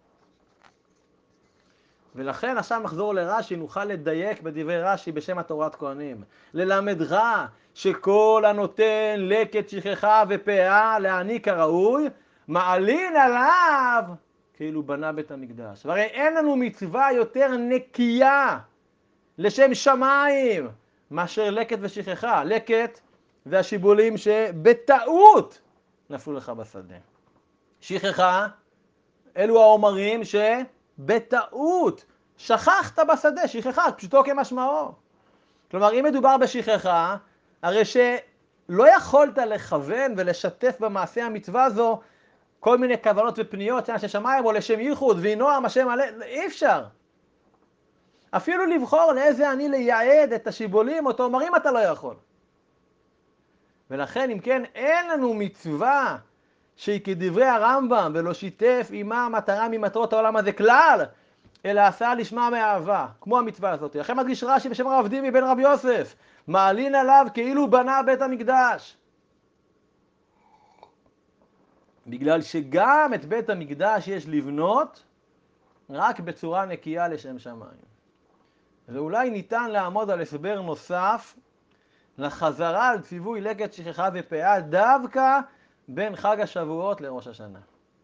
ולכן עכשיו נחזור לרש"י, נוכל לדייק בדברי רש"י בשם התורת כהנים. ללמדך שכל הנותן לקט שכחה ופאה להעניק הראוי, מעלין עליו כאילו בנה בית המקדש. והרי אין לנו מצווה יותר נקייה לשם שמיים מאשר לקט ושכחה. לקט זה השיבולים שבטעות נפלו לך בשדה. שכחה אלו העומרים שבטעות שכחת בשדה, שכחה, פשוטו כמשמעו. כלומר, אם מדובר בשכחה, הרי שלא יכולת לכוון ולשתף במעשה המצווה הזו כל מיני כוונות ופניות של שמיים או לשם ייחוד וינועם השם עלי, אי אפשר. אפילו לבחור לאיזה אני לייעד את השיבולים או תאמרים אתה לא יכול. ולכן אם כן אין לנו מצווה שהיא כדברי הרמב"ם ולא שיתף עמה מטרה ממטרות העולם הזה כלל, אלא עשה לשמה מאהבה, כמו המצווה הזאת. לכן מדגיש רש"י בשם רב דימי בן רבי יוסף, מעלין עליו כאילו בנה בית המקדש. בגלל שגם את בית המקדש יש לבנות רק בצורה נקייה לשם שמיים. ואולי ניתן לעמוד על הסבר נוסף לחזרה על ציווי לקט שכחה ופאה דווקא בין חג השבועות לראש השנה.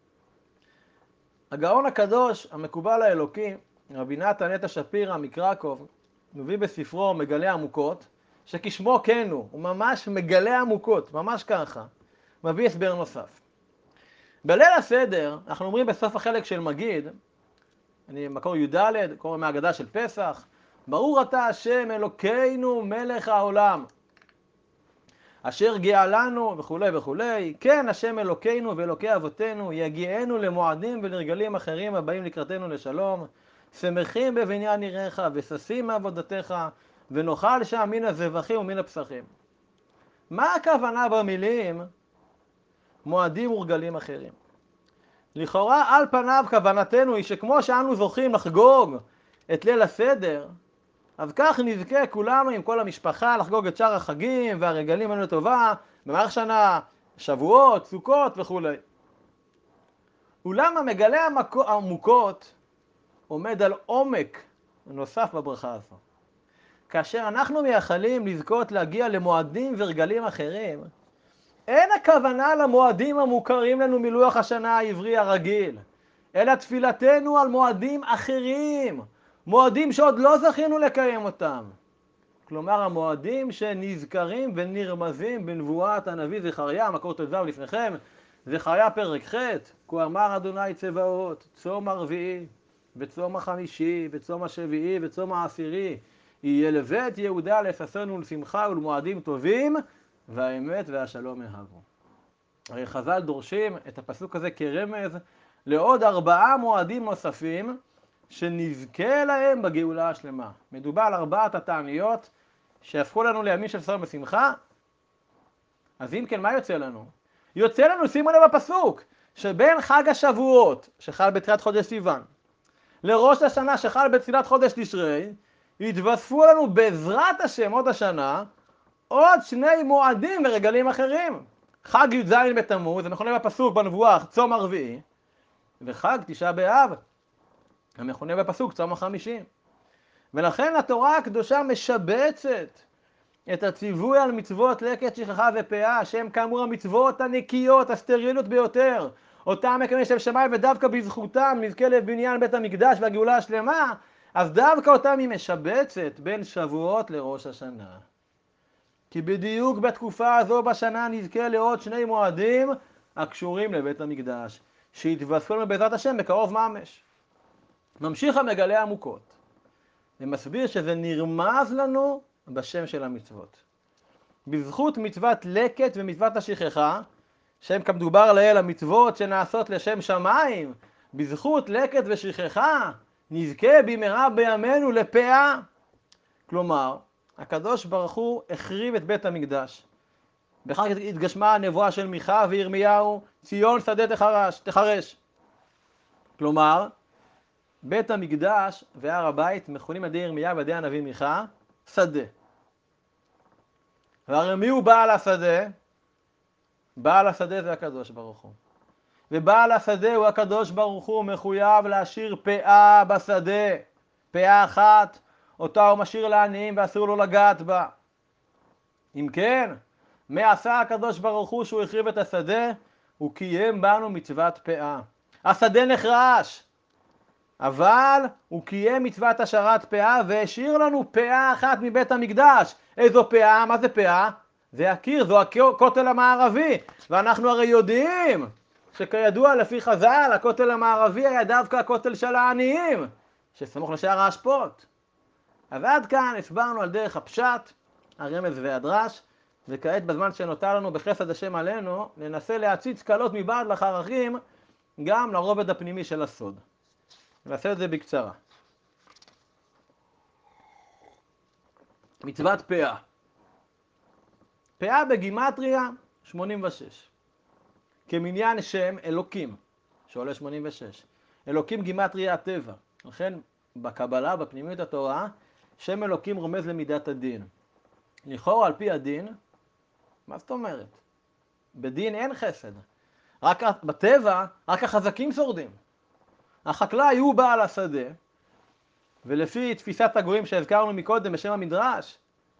הגאון הקדוש המקובל האלוקי, רבי נתן נטע שפירא מקרקוב, מביא בספרו מגלה עמוקות, שכשמו כן הוא ממש מגלה עמוקות, ממש ככה, מביא הסבר נוסף. בליל הסדר, אנחנו אומרים בסוף החלק של מגיד, מקור י"ד, קורא מההגדה של פסח, ברור אתה השם אלוקינו מלך העולם, אשר גאלנו וכו' וכו', כן השם אלוקינו ואלוקי אבותינו, יגיענו למועדים ולרגלים אחרים הבאים לקראתנו לשלום, שמחים בבניין עיריך וששים מעבודתך, ונאכל שם מן הזבחים ומן הפסחים. מה הכוונה במילים מועדים ורגלים אחרים? לכאורה על פניו כוונתנו היא שכמו שאנו זוכים לחגוג את ליל הסדר, אז כך נזכה כולנו עם כל המשפחה לחגוג את שאר החגים והרגלים האלה לטובה, במהלך שנה, שבועות, סוכות וכו'. אולם המגלה העמוקות עומד על עומק נוסף בברכה הזו. כאשר אנחנו מייחלים לזכות להגיע למועדים ורגלים אחרים, אין הכוונה למועדים המוכרים לנו מלוח השנה העברי הרגיל, אלא תפילתנו על מועדים אחרים, מועדים שעוד לא זכינו לקיים אותם. כלומר, המועדים שנזכרים ונרמזים בנבואת הנביא זכריה, מקור ט"ו לפניכם, זכריה פרק ח', כה אמר אדוני צבאות, צום הרביעי, וצום החמישי, וצום השביעי, וצום העשירי, יהיה לבית יהודה לששון ולשמחה ולמועדים טובים, והאמת והשלום יהבו. הרי חז"ל דורשים את הפסוק הזה כרמז לעוד 4 מועדים נוספים שנזכה להם בגאולה השלמה. מדובר על 4 התעניות שהפכו לנו לימים של ששון ושמחה. אז אם כן, מה יוצא לנו? יוצא לנו, שימו לב בפסוק, שבין חג השבועות, שחל בתחילת חודש סיוון, לראש השנה שחל בתחילת חודש תשרי, יתווספו לנו בעזרת השם עוד השנה עוד 2 מועדים ורגלים אחרים. חג י"ז בתמוז, זה מכונה בפסוק בנבואה צום הרביעי, וחג תשעה באב, המכונה בפסוק צום ה50. ולכן התורה הקדושה משבצת את הציווי על מצוות לקט, שכחה ופאה, שהם כאמור המצוות הנקיות, הסטריליות ביותר, אותם מקיימים שם שמיים, ודווקא בזכותם נזכה לבניין בית המקדש והגאולה השלמה, אז דווקא אותם היא משבצת בין שבועות לראש השנה. כי בדיוק בתקופה הזו בשנה נזכה לעוד 2 מועדים הקשורים לבית המקדש, שהתווספו לנו בעזרת השם בקרוב ממש. ממשיך המגלה עמוקות ומסביר שזה נרמז לנו בשם של המצוות. בזכות מצוות לקט ומצוות השכחה, שהם כמדובר לעיל המצוות שנעשות לשם שמיים, בזכות לקט ושכחה נזכה במהרה בימינו לפאה. כלומר, הקדוש ברוך הוא החריב את בית המקדש. בכך התגשמה הנבואה של מיכה וירמיהו, ציון שדה תחרש. כלומר, בית המקדש והר הבית מכונים על ידי ירמיהו ועל ידי הנביא מיכה שדה. והרי מי הוא בעל השדה? בעל השדה זה הקדוש ברוך הוא. ובעל השדה הוא הקדוש ברוך הוא, מחויב להשאיר פאה בשדה. פאה אחת, אותה הוא משאיר לעניים ואסור לו לגעת בה. אם כן, מה עשה הקדוש ברוך הוא שהוא החריב את השדה? הוא קיים בנו מצוות פאה. השדה נחרש, אבל הוא קיים מצוות השארת פאה והשאיר לנו פאה אחת מבית המקדש. איזו פאה? מה זה פאה? זה הקיר, זו הכותל המערבי. ואנחנו הרי יודעים שכידוע לפי חז"ל, הכותל המערבי היה דווקא הכותל של העניים, שסמוך לשער האשפות. אז עד כאן הסברנו על דרך הפשט, הרמז והדרש, וכעת בזמן שנותר לנו בחסד השם עלינו, ננסה להציץ קלות מבעד לחרכים גם לרובד הפנימי של הסוד. נעשה את זה בקצרה. מצוות פאה. פאה בגימטריה 86. כמניין שם אלוקים, שעולה 86. אלוקים גימטריה הטבע. לכן בקבלה, בפנימיות התורה, שם אלוקים רומז למידת הדין. לכאורה על פי הדין, מה זאת אומרת? בדין אין חסד. רק בטבע, רק החזקים שורדים. החקלאי הוא בעל השדה, ולפי תפיסת הגויים שהזכרנו מקודם בשם המדרש,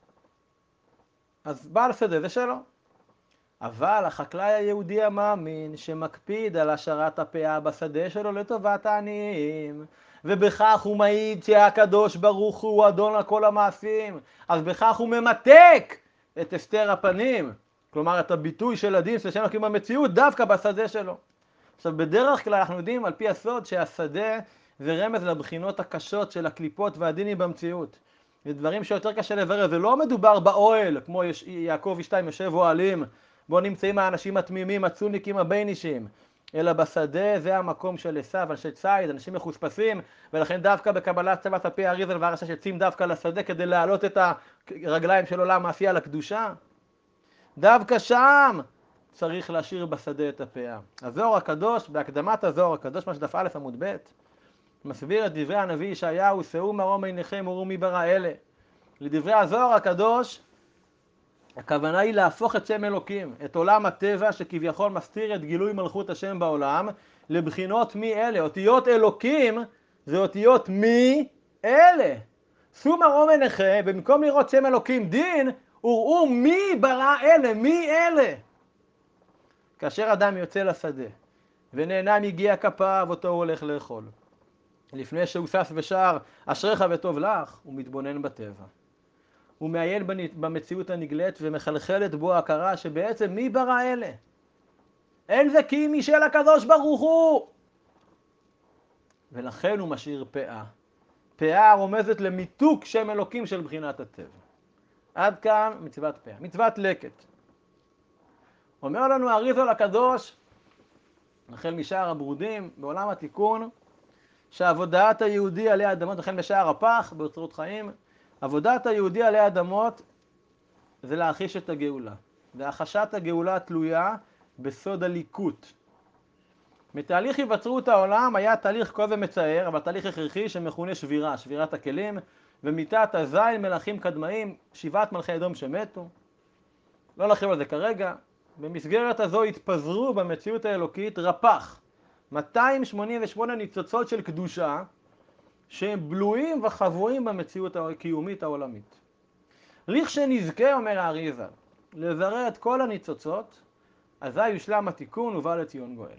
אז בעל השדה זה שלו. אבל החקלאי היהודי המאמין שמקפיד על השארת הפאה בשדה שלו לטובת העניים, ובכך הוא מעיד שהקדוש ברוך הוא אדון על כל המעשים, אז בכך הוא ממתק את הסתר הפנים, כלומר את הביטוי של הדין של שם הקיום במציאות דווקא בשדה שלו. עכשיו בדרך כלל אנחנו יודעים על פי הסוד שהשדה זה רמז לבחינות הקשות של הקליפות והדינים במציאות. זה דברים שיותר קשה לברר, זה לא מדובר באוהל כמו יעקב ושתיים יושב אוהלים בו נמצאים האנשים התמימים, הצוניקים הביינישים, אלא בשדה זה המקום של עשיו, אנשי ציד, אנשים מחוספסים, ולכן דווקא בקבלת צוות הפי האריזל והרשע שיוצאים דווקא לשדה כדי להעלות את הרגליים של עולם העשייה לקדושה. דווקא שם צריך להשאיר בשדה את הפאה. הזוהר הקדוש, בהקדמת הזוהר הקדוש, מה שדף א' עמוד ב', מסביר את דברי הנביא ישעיהו, שאו מרום עיניכם וראו מי ברא אלה. לדברי הזוהר הקדוש, הכוונה היא להפוך את שם אלוקים, את עולם הטבע שכביכול מסתיר את גילוי מלכות השם בעולם, לבחינות מי אלה. אותיות אלוקים זה אותיות מי אלה. שאו מרום עיניכם, במקום לראות שם אלוקים דין, וראו מי ברא אלה, מי אלה. כאשר אדם יוצא לשדה ונהנה מיגיע כפיו, אותו הוא הולך לאכול. לפני שהוא שש ושר אשריך וטוב לך, הוא מתבונן בטבע. הוא מעיין במציאות הנגלית ומחלחלת בו הכרה שבעצם מי ברא אלה? אין זה כי מי של הקדוש ברוך הוא. ולכן הוא משאיר פאה. פאה רומזת למיתוק שם אלוקים של בחינת הטבע. עד כאן מצוות פאה. מצוות לקט. אומר לנו אריז"ל הקדוש, החל משער הברודים, בעולם התיקון, שעבודת היהודי עלי אדמות, החל משער הפח, באוצרות חיים, עבודת היהודי עלי אדמות זה להחיש את הגאולה. והחשת הגאולה תלויה בסוד הליקוט. מתהליך היווצרות העולם היה תהליך כה ומצער, אבל תהליך הכרחי שמכונה שבירה, שבירת הכלים, ומיתת הזין מלכים קדמאים, 7 מלכי אדום שמתו. לא נרחיב על זה כרגע. במסגרת הזו התפזרו במציאות האלוקית רפ"ח, 288 ניצוצות של קדושה, שהם בלויים וחבויים במציאות הקיומית העולמית. לכשנזכה, אומר האריז"ל, לברר את כל הניצוצות, אזי יושלם התיקון ובא לציון גואל.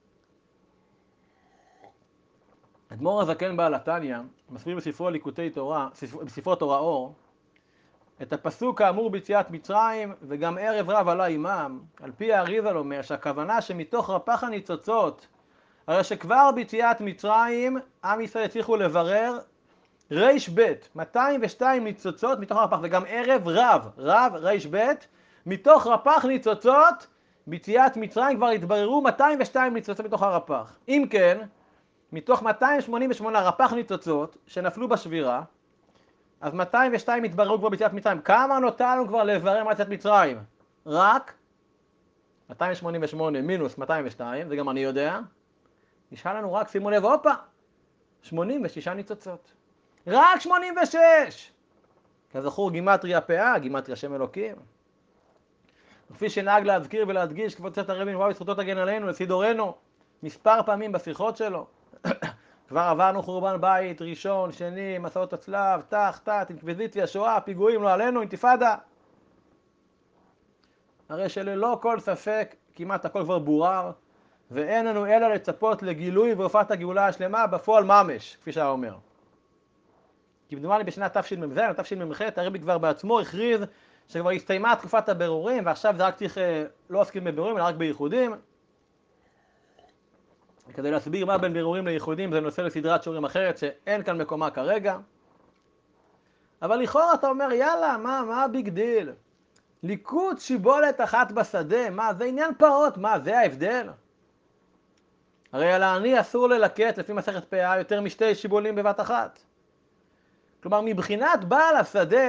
אדמו"ר הזקן בעל התניא מסביר בספרו ליקוטי תורה, בספרו תורה אור, את הפסוק האמור ביציאת מצרים, וגם ערב רב עלה עמם. על פי האריז"ל אומר שהכוונה שמתוך רפ"ח הניצוצות, הרי שכבר ביציאת מצרים עם ישראל הצליחו לברר רב, 202 ניצוצות מתוך רפ"ח, וגם ערב רב רב, מתוך רפ"ח ניצוצות ביציאת מצרים כבר התבררו 202 ניצוצות מתוך הרפ"ח. אם כן, מתוך 288 רפ"ח ניצוצות שנפלו בשבירה, אז 202 התבררו כבר ביציאת מצרים. כמה נותר לנו כבר לברר ביציאת מצרים? רק 288 מינוס 202, זה גם אני יודע. נשאר לנו רק, שימו לב, 86 ניצוצות. רק 86! כזכור, גימטריה פאה, גימטריה שם אלוקים. כפי שנהג להזכיר ולהדגיש כבוד צאת הרבי נבואה וזכותו תגן עלינו, לסידורנו, מספר פעמים בשיחות שלו. כבר עברנו חורבן בית, ראשון, שני, מסעות הצלב, תחת, אינקוויזיציה, שואה, פיגועים, לא עלינו, אינתיפאדה. הרי שללא כל ספק, כמעט הכל כבר בורר, ואין לנו אלא לצפות לגילוי והופעת הגאולה השלמה בפועל ממש, כפי שאומר. כמדומני בשנת תשמ"ז או תשמ"ח, הרבי כבר בעצמו הכריז שכבר הסתיימה תקופת הבירורים, ועכשיו זה רק צריך לא עסקים בבירורים, אלא רק בייחודים. כדי להסביר מה בין בירורים לייחודים, זה נושא לסדרת שיעורים אחרת שאין כאן מקומה כרגע. אבל לכאורה אתה אומר, יאללה, מה הביג דיל? ליקוט שיבולת אחת בשדה, מה, זה עניין פעוט, מה, זה ההבדל? הרי על העני אסור ללקט לפי מסכת פאה יותר משתי שיבולים בבת אחת. כלומר, מבחינת בעל השדה,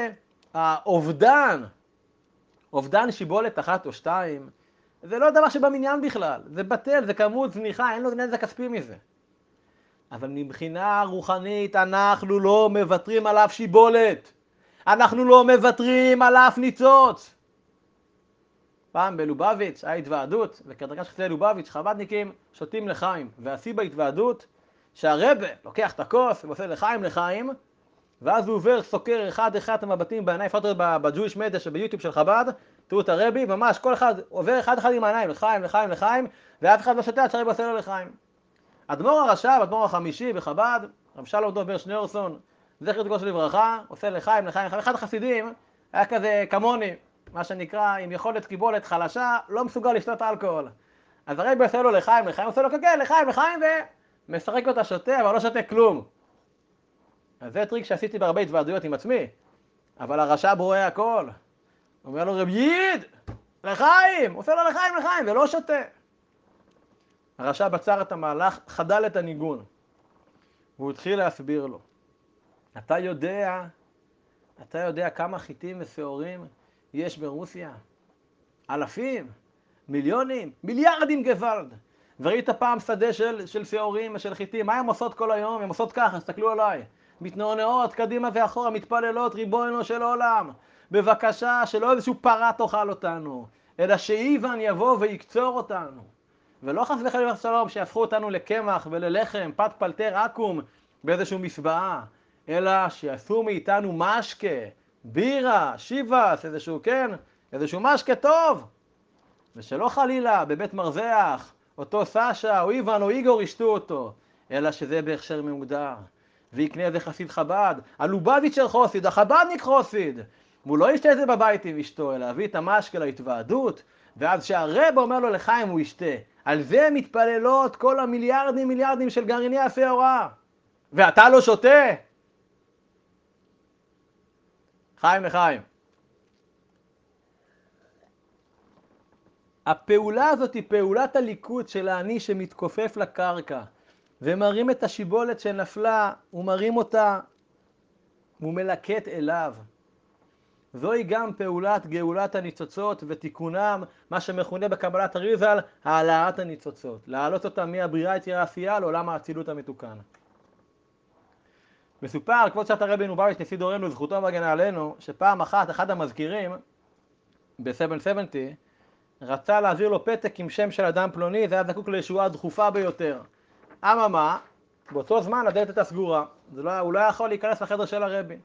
אובדן שיבולת אחת או שתיים, זה לא דבר שבמניין בכלל, זה בטל, זה כמות זניחה, אין לו נזק כספי מזה. אבל מבחינה רוחנית אנחנו לא מוותרים על אף שיבולת, אנחנו לא מוותרים על אף ניצוץ. פעם בלובביץ' היה התוועדות, וכדרכם של חסידי לובביץ', חב"דניקים שותים לחיים, והשיא בהתוועדות שהרבא לוקח את הכוס ועושה לחיים, ואז הוא עובר סוקר אחד את המבטים בעיניים, אפשר לראות בג'ויש מדיה שביוטיוב של חב"ד, תראו את הרבי, ממש כל אחד עובר אחד עם העיניים, לחיים, ואף אחד לא שותה עד שהרבי עושה לו לחיים. אדמו"ר הרש"ב, אדמו"ר החמישי בחב"ד, רב שלום דוב בר שניאורסון, זכר צדיק לברכה, עושה לחיים, אחד החסידים היה כזה כמוני, מה שנקרא עם יכולת קיבולת חלשה, לא מסוגל לשתות אלכוהול. אז הרבי עושה לו לחיים, עושה לו כן, לחיים, ומשחק אותה שותה, אבל לא שותה כלום. אז זה טריק שעשיתי בהרבה התוועדויות עם עצמי, אבל הרש"ב רואה הכל. הוא אומר לו, רב יד, לחיים, עושה לו לחיים, ולא שותה. הרש"ב עצר את המהלך, חדל את הניגון, והוא התחיל להסביר לו. אתה יודע כמה חיטים ושעורים יש ברוסיה? אלפים, מיליונים, מיליארדים גוואלד. וראית פעם שדה של שעורים ושל חיטים, מה הם עושות כל היום? הם עושות ככה, תסתכלו עליי. מתנוענעות, קדימה ואחורה, מתפללות, ריבונו של עולם. בבקשה, שלא איזשהו פרה תאכל אותנו, אלא שאיוון יבוא ויקצור אותנו. ולא חס וחלילה שלום שיהפכו אותנו לקמח וללחם, פת פלטר עקום באיזשהו מסבעה, אלא שיעשו מאיתנו משקה, בירה, שיבס, איזשהו משקה טוב. ושלא חלילה בבית מרזח, אותו סשה או איוון או איגור ישתו אותו, אלא שזה בהכשר מוגדר. ויקנה איזה חסיד חב"ד, הלובביצ'ר חוסיד, החב"דניק חוסיד. והוא לא ישתה את זה בבית עם אשתו, אלא הביא את המשקה להתוועדות, ואז שהרב אומר לו לחיים הוא ישתה. על זה מתפללות כל המיליארדים של גרעיני השעורה. ואתה לא שותה? חיים לחיים. הפעולה הזאת היא פעולת הליקוט של האני שמתכופף לקרקע ומרים את השיבולת שנפלה, הוא מרים אותה, הוא מלקט אליו. זוהי גם פעולת גאולת הניצוצות ותיקונם, מה שמכונה בקבלת אריז"ל, העלאת הניצוצות. להעלות אותם מהבריאה יצירה עשייה לעולם האצילות המתוקן. מסופר על כבוד שעת הרבי מלובביץ' נשיא דורנו זכותו והגנה עלינו, שפעם אחת אחד המזכירים ב-770 רצה להעביר לו פתק עם שם של אדם פלוני, זה היה זקוק לישועה דחופה ביותר. אממה, באותו זמן הדלת הייתה סגורה, הוא לא יכול להיכנס לחדר של הרבי.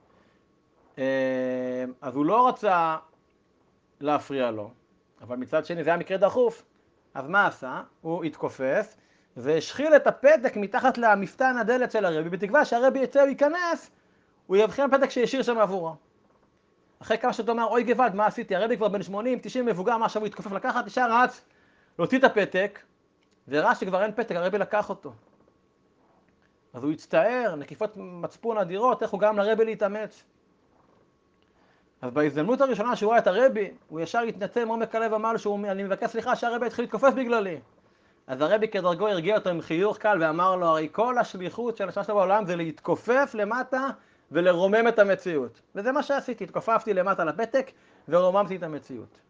אז הוא לא רצה להפריע לו, אבל מצד שני זה היה מקרה דחוף. אז מה עשה? הוא התכופף והשחיל את הפתק מתחת למפתן הדלת של הרבי, בתקווה שהרבי יצא וייכנס, הוא יבחין פתק שישיר שם עבורו. אחרי כמה שאתה אומר, אוי גוואלד, מה עשיתי? הרבי כבר בן 80, 90 מבוגר, מה עכשיו הוא התכופף לקחת? ישר רץ להוציא את הפתק, וראה שכבר אין פתק, הרבי לקח אותו. אז הוא הצטער, נקיפות מצפון אדירות, איך הוא גם לרבי להתאמץ. אז בהזדמנות הראשונה שהוא ראה את הרבי, הוא ישר התנצל מעומק הלב, אמר לו אני מבקש סליחה שהרבי התחיל להתכופף בגללי. אז הרבי כדרגו הרגיע אותו עם חיוך קל ואמר לו, הרי כל השליחות של השנה שלו בעולם זה להתכופף למטה ולרומם את המציאות. וזה מה שעשיתי, התכופפתי למטה לפתק ורוממתי את המציאות.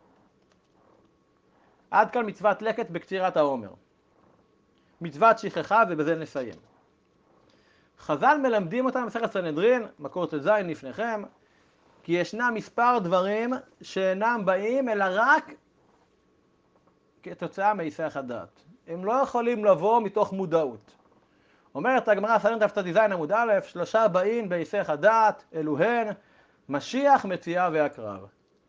עד כאן מצוות לקט בקצירת העומר. מצוות שכחה ובזה נסיים. חז"ל מלמדים אותם במסכת סנהדרין, מקור ט"ז לפניכם, כי ישנם מספר דברים שאינם באים אלא רק כתוצאה מהיסח הדעת. הם לא יכולים לבוא מתוך מודעות. אומרת הגמרא סנהדרין ת"ז עמוד א', 3 באים בהיסח הדעת, אלו הן משיח, מציאה ועקרב.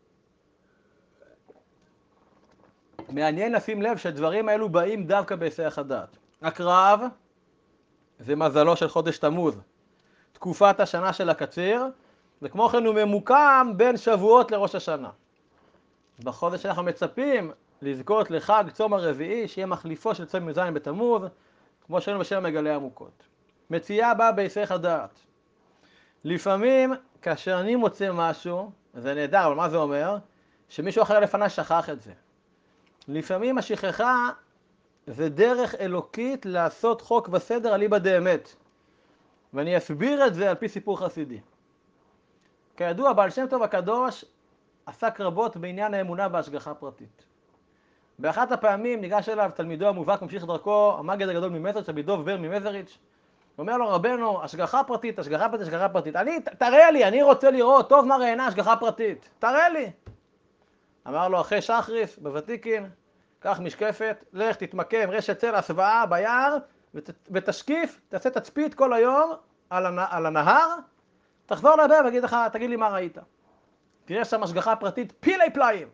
מעניין לשים לב שדברים האלו באים דווקא בהיסח הדעת. עקרב זה מזלו של חודש תמוז, תקופת השנה של הקציר, וכמו כן הוא ממוקם בין שבועות לראש השנה. בחודש שאנחנו מצפים לזכות לחג צום הרביעי, שיהיה מחליפו של צום י"ז בתמוז, כמו שראינו בשם מגלה עמוקות. מציאה באה בהיסח הדעת. לפעמים כאשר אני מוצא משהו, זה נהדר, אבל מה זה אומר? שמישהו אחר לפני שכח את זה. לפעמים השכחה זה דרך אלוקית לעשות חוק וסדר אליבא דאמת. ואני אסביר את זה על פי סיפור חסידי. כידוע, בעל שם טוב הקדוש עסק רבות בעניין האמונה בהשגחה פרטית. באחת הפעמים ניגש אליו תלמידו המובהק ממשיך דרכו, המגד הגדול ממזריץ', רבי דוב בר ממזריץ', ואומר לו, רבנו, השגחה פרטית, השגחה פרטית, השגחה פרטית. תראה לי, אני רוצה לראות, טוב מה ראינה השגחה פרטית, תראה לי. אמר לו, אחרי שחריס, בוותיקין, קח משקפת, לך תתמקם רשת צל הסוואה ביער, ותשקיף, תעשה תצפית כל היום על הנהר, תחזור לבא ותגיד לי מה ראית. תראה שם השגחה פרטית פילי פלאים.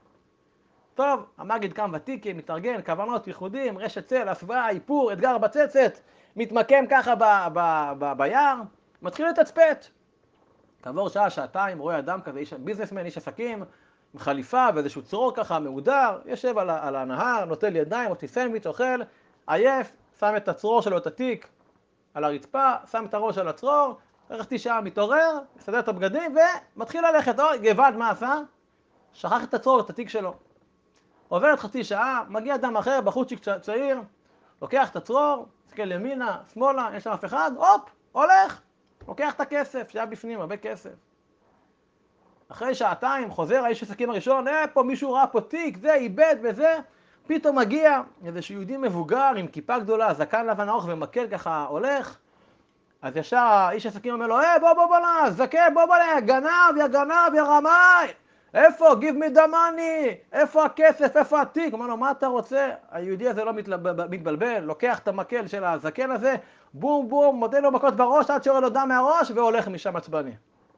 טוב, המגיד קם ותיקין, מתארגן, כוונות, ייחודים, רשת צל, הסוואה, איפור, אתגר בצצת, מתמקם ככה ביער, מתחיל לתצפת. כעבור שעה, שעתיים, רואה אדם כזה, איש ביזנסמן, איש עסקים, עם חליפה ואיזשהו צרור ככה מהודר, יושב על הנהר, נוטל ידיים, מוציא סנדוויץ', אוכל, עייף, שם את הצרור שלו, את התיק, על הרצפה, שם את הראש על הצרור, חצי שעה מתעורר, מסדר את הבגדים ומתחיל ללכת. אוי, גוואלד, מה עשה? שכח את הצרור, את התיק שלו. עוברת חצי שעה, מגיע אדם אחר, בחורצ'יק צעיר, לוקח את הצרור, מסתכל ימינה, שמאלה, יש שם אף אחד, הופ, הולך, לוקח את הכסף, שהיה בפנים, הרבה כסף. אחרי שעתיים חוזר האיש עסקים הראשון, פה מישהו ראה פה תיק, זה איבד וזה, פתאום מגיע איזשהו יהודי מבוגר עם כיפה גדולה, זקן לבן ארוך ומקל ככה הולך, אז ישר האיש עסקים אומר לו, בוא, זקן, בוא, גנב, יא רמאי, איפה? give me the money, איפה הכסף, איפה התיק? אומר לו, מה אתה רוצה? היהודי הזה לא מתבלבל, לוקח את המקל של הזקן הזה, בום בום, מודה לו מכות בראש עד שיורד לו דם מהראש והולך משם עצבני.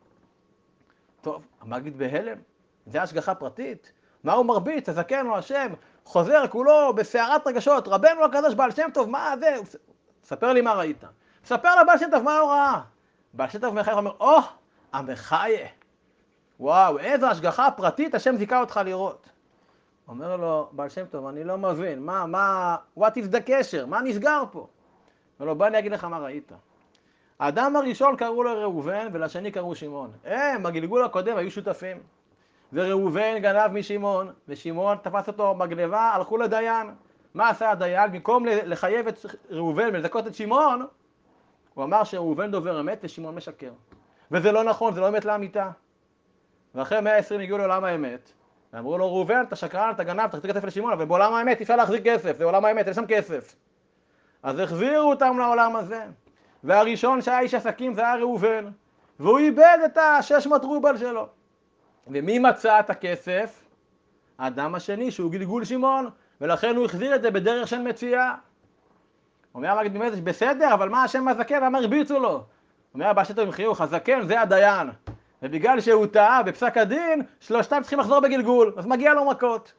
טוב, המגיד בהלם, זה השגחה פרטית? מה הוא מרביץ? הזקן הוא השם, חוזר כולו בסערת רגשות, רבנו הקדוש בעל שם טוב, מה זה? ספר לי מה ראית. ספר לבעל שם טוב מה הוא ראה. בעל שם טוב מחייך אומר, המחיה. וואו, איזו השגחה פרטית השם זיכה אותך לראות. אומר לו, בעל שם טוב, אני לא מבין, what is the קשר? מה נסגר פה? אומר לו, בוא אני אגיד לך מה ראית. האדם הראשון קראו לו ראובן ולשני קראו שמעון. הם בגלגול הקודם היו שותפים. וראובן גנב משמעון, ושמעון תפס אותו בגניבה, הלכו לדיין. מה עשה הדיין? במקום לחייב את ראובן ולזכות את שמעון, הוא אמר שראובן דובר אמת ושמעון משקר. וזה לא נכון, זה לא אמת לאמיתה. ואחרי 120 הגיעו לעולם האמת, ואמרו לו, ראובן, אתה שקרן, אתה גנב, אתה חזיר כסף לשמעון, אבל בעולם האמת אפשר להחזיר כסף, זה עולם האמת, אין שם כסף. אז החזירו אותם לעולם הזה. והראשון שהיה איש עסקים זה היה ראובן, והוא איבד את ה-600 רובל שלו. ומי מצא את הכסף? האדם השני, שהוא גלגול שמעון, ולכן הוא החזיר את זה בדרך של מציאה. אומר המגיד במזש, בסדר, אבל מה השם הזקן? למה הרביצו לו? אומר הבא שטוב עם חיוך, הזקן זה הדיין. ובגלל שהוא טעה בפסק הדין, שלושתם צריכים לחזור בגלגול, אז מגיע לו מכות.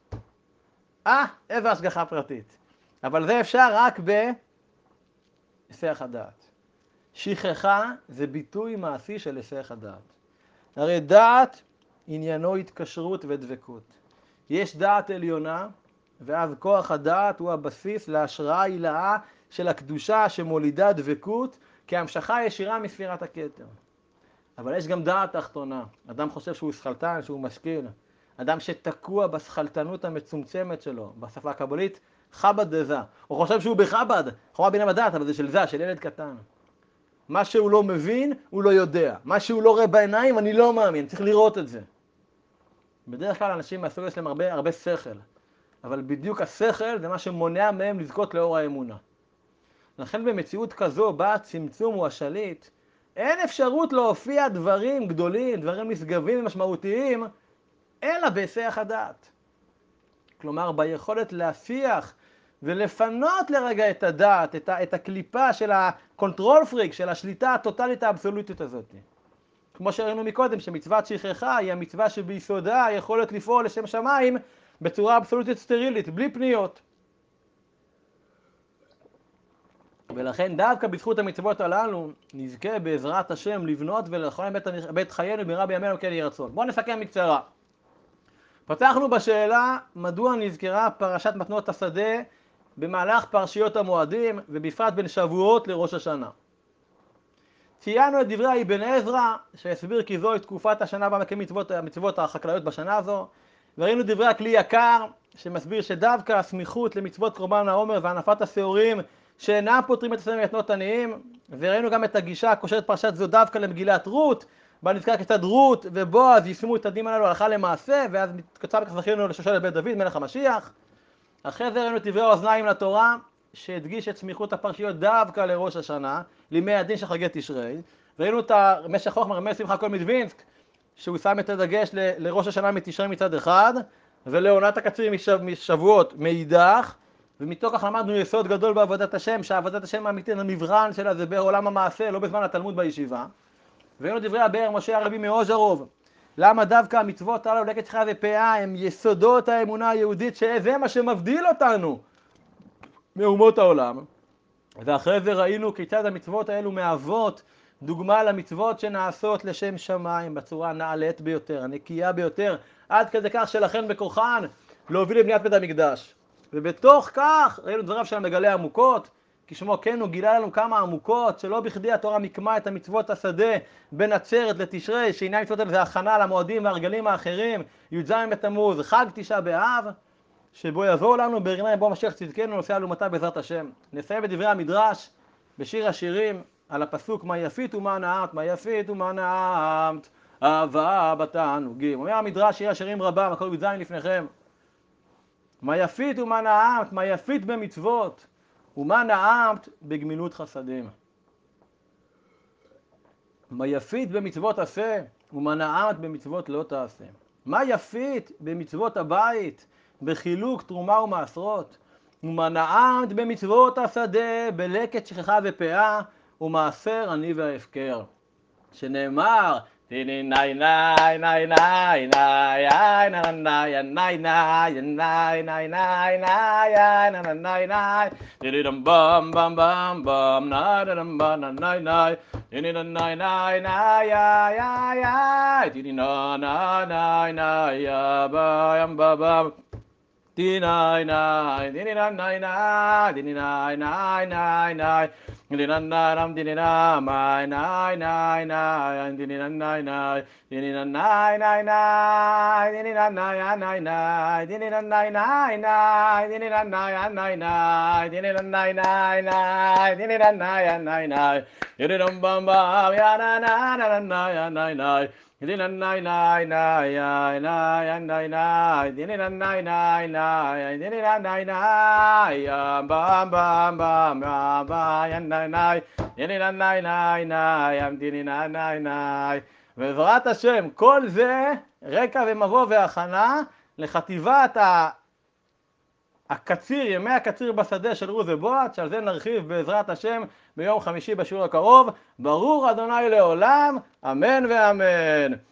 איזו השגחה פרטית. אבל זה אפשר רק בהיסח הדעת. שכחה זה ביטוי מעשי של היסח הדעת. הרי דעת עניינו התקשרות ודבקות. יש דעת עליונה, ואז כוח הדעת הוא הבסיס להשראה הילאה של הקדושה שמולידה דבקות, כהמשכה ישירה מספירת הכתר. אבל יש גם דעת תחתונה. אדם חושב שהוא שכלתן, שהוא משכיל. אדם שתקוע בשכלתנות המצומצמת שלו, בשפה הקבלית, חב"ד דזה. הוא חושב שהוא בחב"ד, חובה בינה בדעת, אבל זה של זה, של ילד קטן. מה שהוא לא מבין, הוא לא יודע. מה שהוא לא רואה בעיניים, אני לא מאמין, צריך לראות את זה. בדרך כלל אנשים מהסוג יש להם הרבה שכל. אבל בדיוק השכל זה מה שמונע מהם לזכות לאור האמונה. לכן במציאות כזו, בה הצמצום הוא השליט, אין אפשרות להופיע דברים גדולים, דברים נשגבים ומשמעותיים, אלא בהיסח הדעת. כלומר, ביכולת להפיח ולפנות לרגע את הדעת, את הקליפה של הקונטרול פריק, של השליטה הטוטלית האבסולוטית הזאת. כמו שראינו מקודם, שמצוות שכחה היא המצווה שביסודה היכולת לפעול לשם שמיים בצורה אבסולוטית סטרילית, בלי פניות. ולכן דווקא בזכות המצוות הללו נזכה בעזרת השם לבנות ולכונן בית חיינו במהרה בימינו כן יהי רצון. בואו נסכם בקצרה. פתחנו בשאלה מדוע נזכרה פרשת מתנות השדה במהלך פרשיות המועדים ובפרט בין שבועות לראש השנה. ציינו את דברי אבן עזרא שהסביר כי זוהי תקופת השנה בה מקיימים המצוות החקלאיות בשנה הזו, וראינו דברי הכלי יקר שמסביר שדווקא הסמיכות למצוות קורבן העומר והנפת השעורים שאינם פותרים את עצמם מתנות עניים, וראינו גם את הגישה הקושרת פרשת זו דווקא למגילת רות, בה נזכר כיצד רות ובועז יישמו את הדין הללו הלכה למעשה, ואז כתוצאה בכך זכינו לשושלת בית דוד מלך המשיח. אחרי זה ראינו את דברי האוזניים לתורה שהדגיש את סמיכות הפרשיות דווקא לראש השנה, לימי הדין של חגי תשרי. ראינו את משך חוכמה רמי שמחה כל מדווינסק שהוא שם את הדגש לראש השנה מתשרי מצד אחד ולעונת הקציר משבועות מאידך, ומתוך כך למדנו יסוד גדול בעבודת השם, שעבודת השם האמיתית המברן שלה זה בעולם המעשה, לא בזמן התלמוד בישיבה. וראינו דברי הבאר משה הרבי מאוז'רוב, למה דווקא המצוות הללו לקט שכחה ופאה הם יסודות האמונה היהודית, שזה מה שמבדיל אותנו מאומות העולם. ואחרי זה ראינו כיצד המצוות האלו מהוות דוגמה למצוות שנעשות לשם שמיים בצורה הנעלית ביותר, הנקייה ביותר, עד כדי כך שלכן בכוחן להוביל לבניית בית המקדש. ובתוך כך ראינו דבריו של המגלה עמוקות, כשמו כן הוא גילה לנו כמה עמוקות, שלא בכדי התורה מקמה את המצוות השדה בין עצרת לתשרי, שעניין המצוות האלה זה הכנה למועדים והרגלים האחרים, י"ז בתמוז, חג תשעה באב, שבו יבואו לנו ברגליים בו משיח צדקנו נושא אלומתה בעזרת השם. נסיים בדברי המדרש בשיר השירים על הפסוק מה יפית ומה נעמת, מה יפית ומה נעמת, אהבה בתענוגים. אומר המדרש שיר השירים רבה, מקור י"ז לפניכם. מה יפית ומה נעמת, מה יפית במצוות, ומה נעמת בגמילות חסדים. מה יפית במצוות עשה, ומה נעמת במצוות לא תעשה. מה יפית במצוות הבית, בחילוק תרומה ומעשרות, ומה נעמת במצוות השדה, בלקט שכחה ופאה, ומעשר עני וההפקר. שנאמר, תיני נאי נאי נאי נאי נאי נאי נאי נאי נאי נאי נאי נאי נאי נאי נאי נאי תיני דם בם בם בם בם נאי דם בם נאי נאי תיני נאי נאי נאי נאי תיני נאי נאי נאי בם בם תיני נאי תיני נאי נאי תיני נאי נאי נאי Dininanam dininam nai nai nai nai dininanai nai dininanai nai nai dininanai nai nai dininanai nai nai dininanai nai nai dininanai nai nai dininanai nai nai dininam bam bam ya na na na na nai nai dininanai nai nai nai nai nai dininanai nai nai dininanai nai bam bam bam bam nai nai נאי נאי נאי אמדיני נאי נאי נאי. בעזרת השם, כל זה רקע ומבוא והכנה לחטיבת הקציר, ימי הקציר בשדה של רוז ובועז, שעל זה נרחיב בעזרת השם ביום חמישי בשיעור הקרוב. ברור אדוני לעולם, אמן ואמן.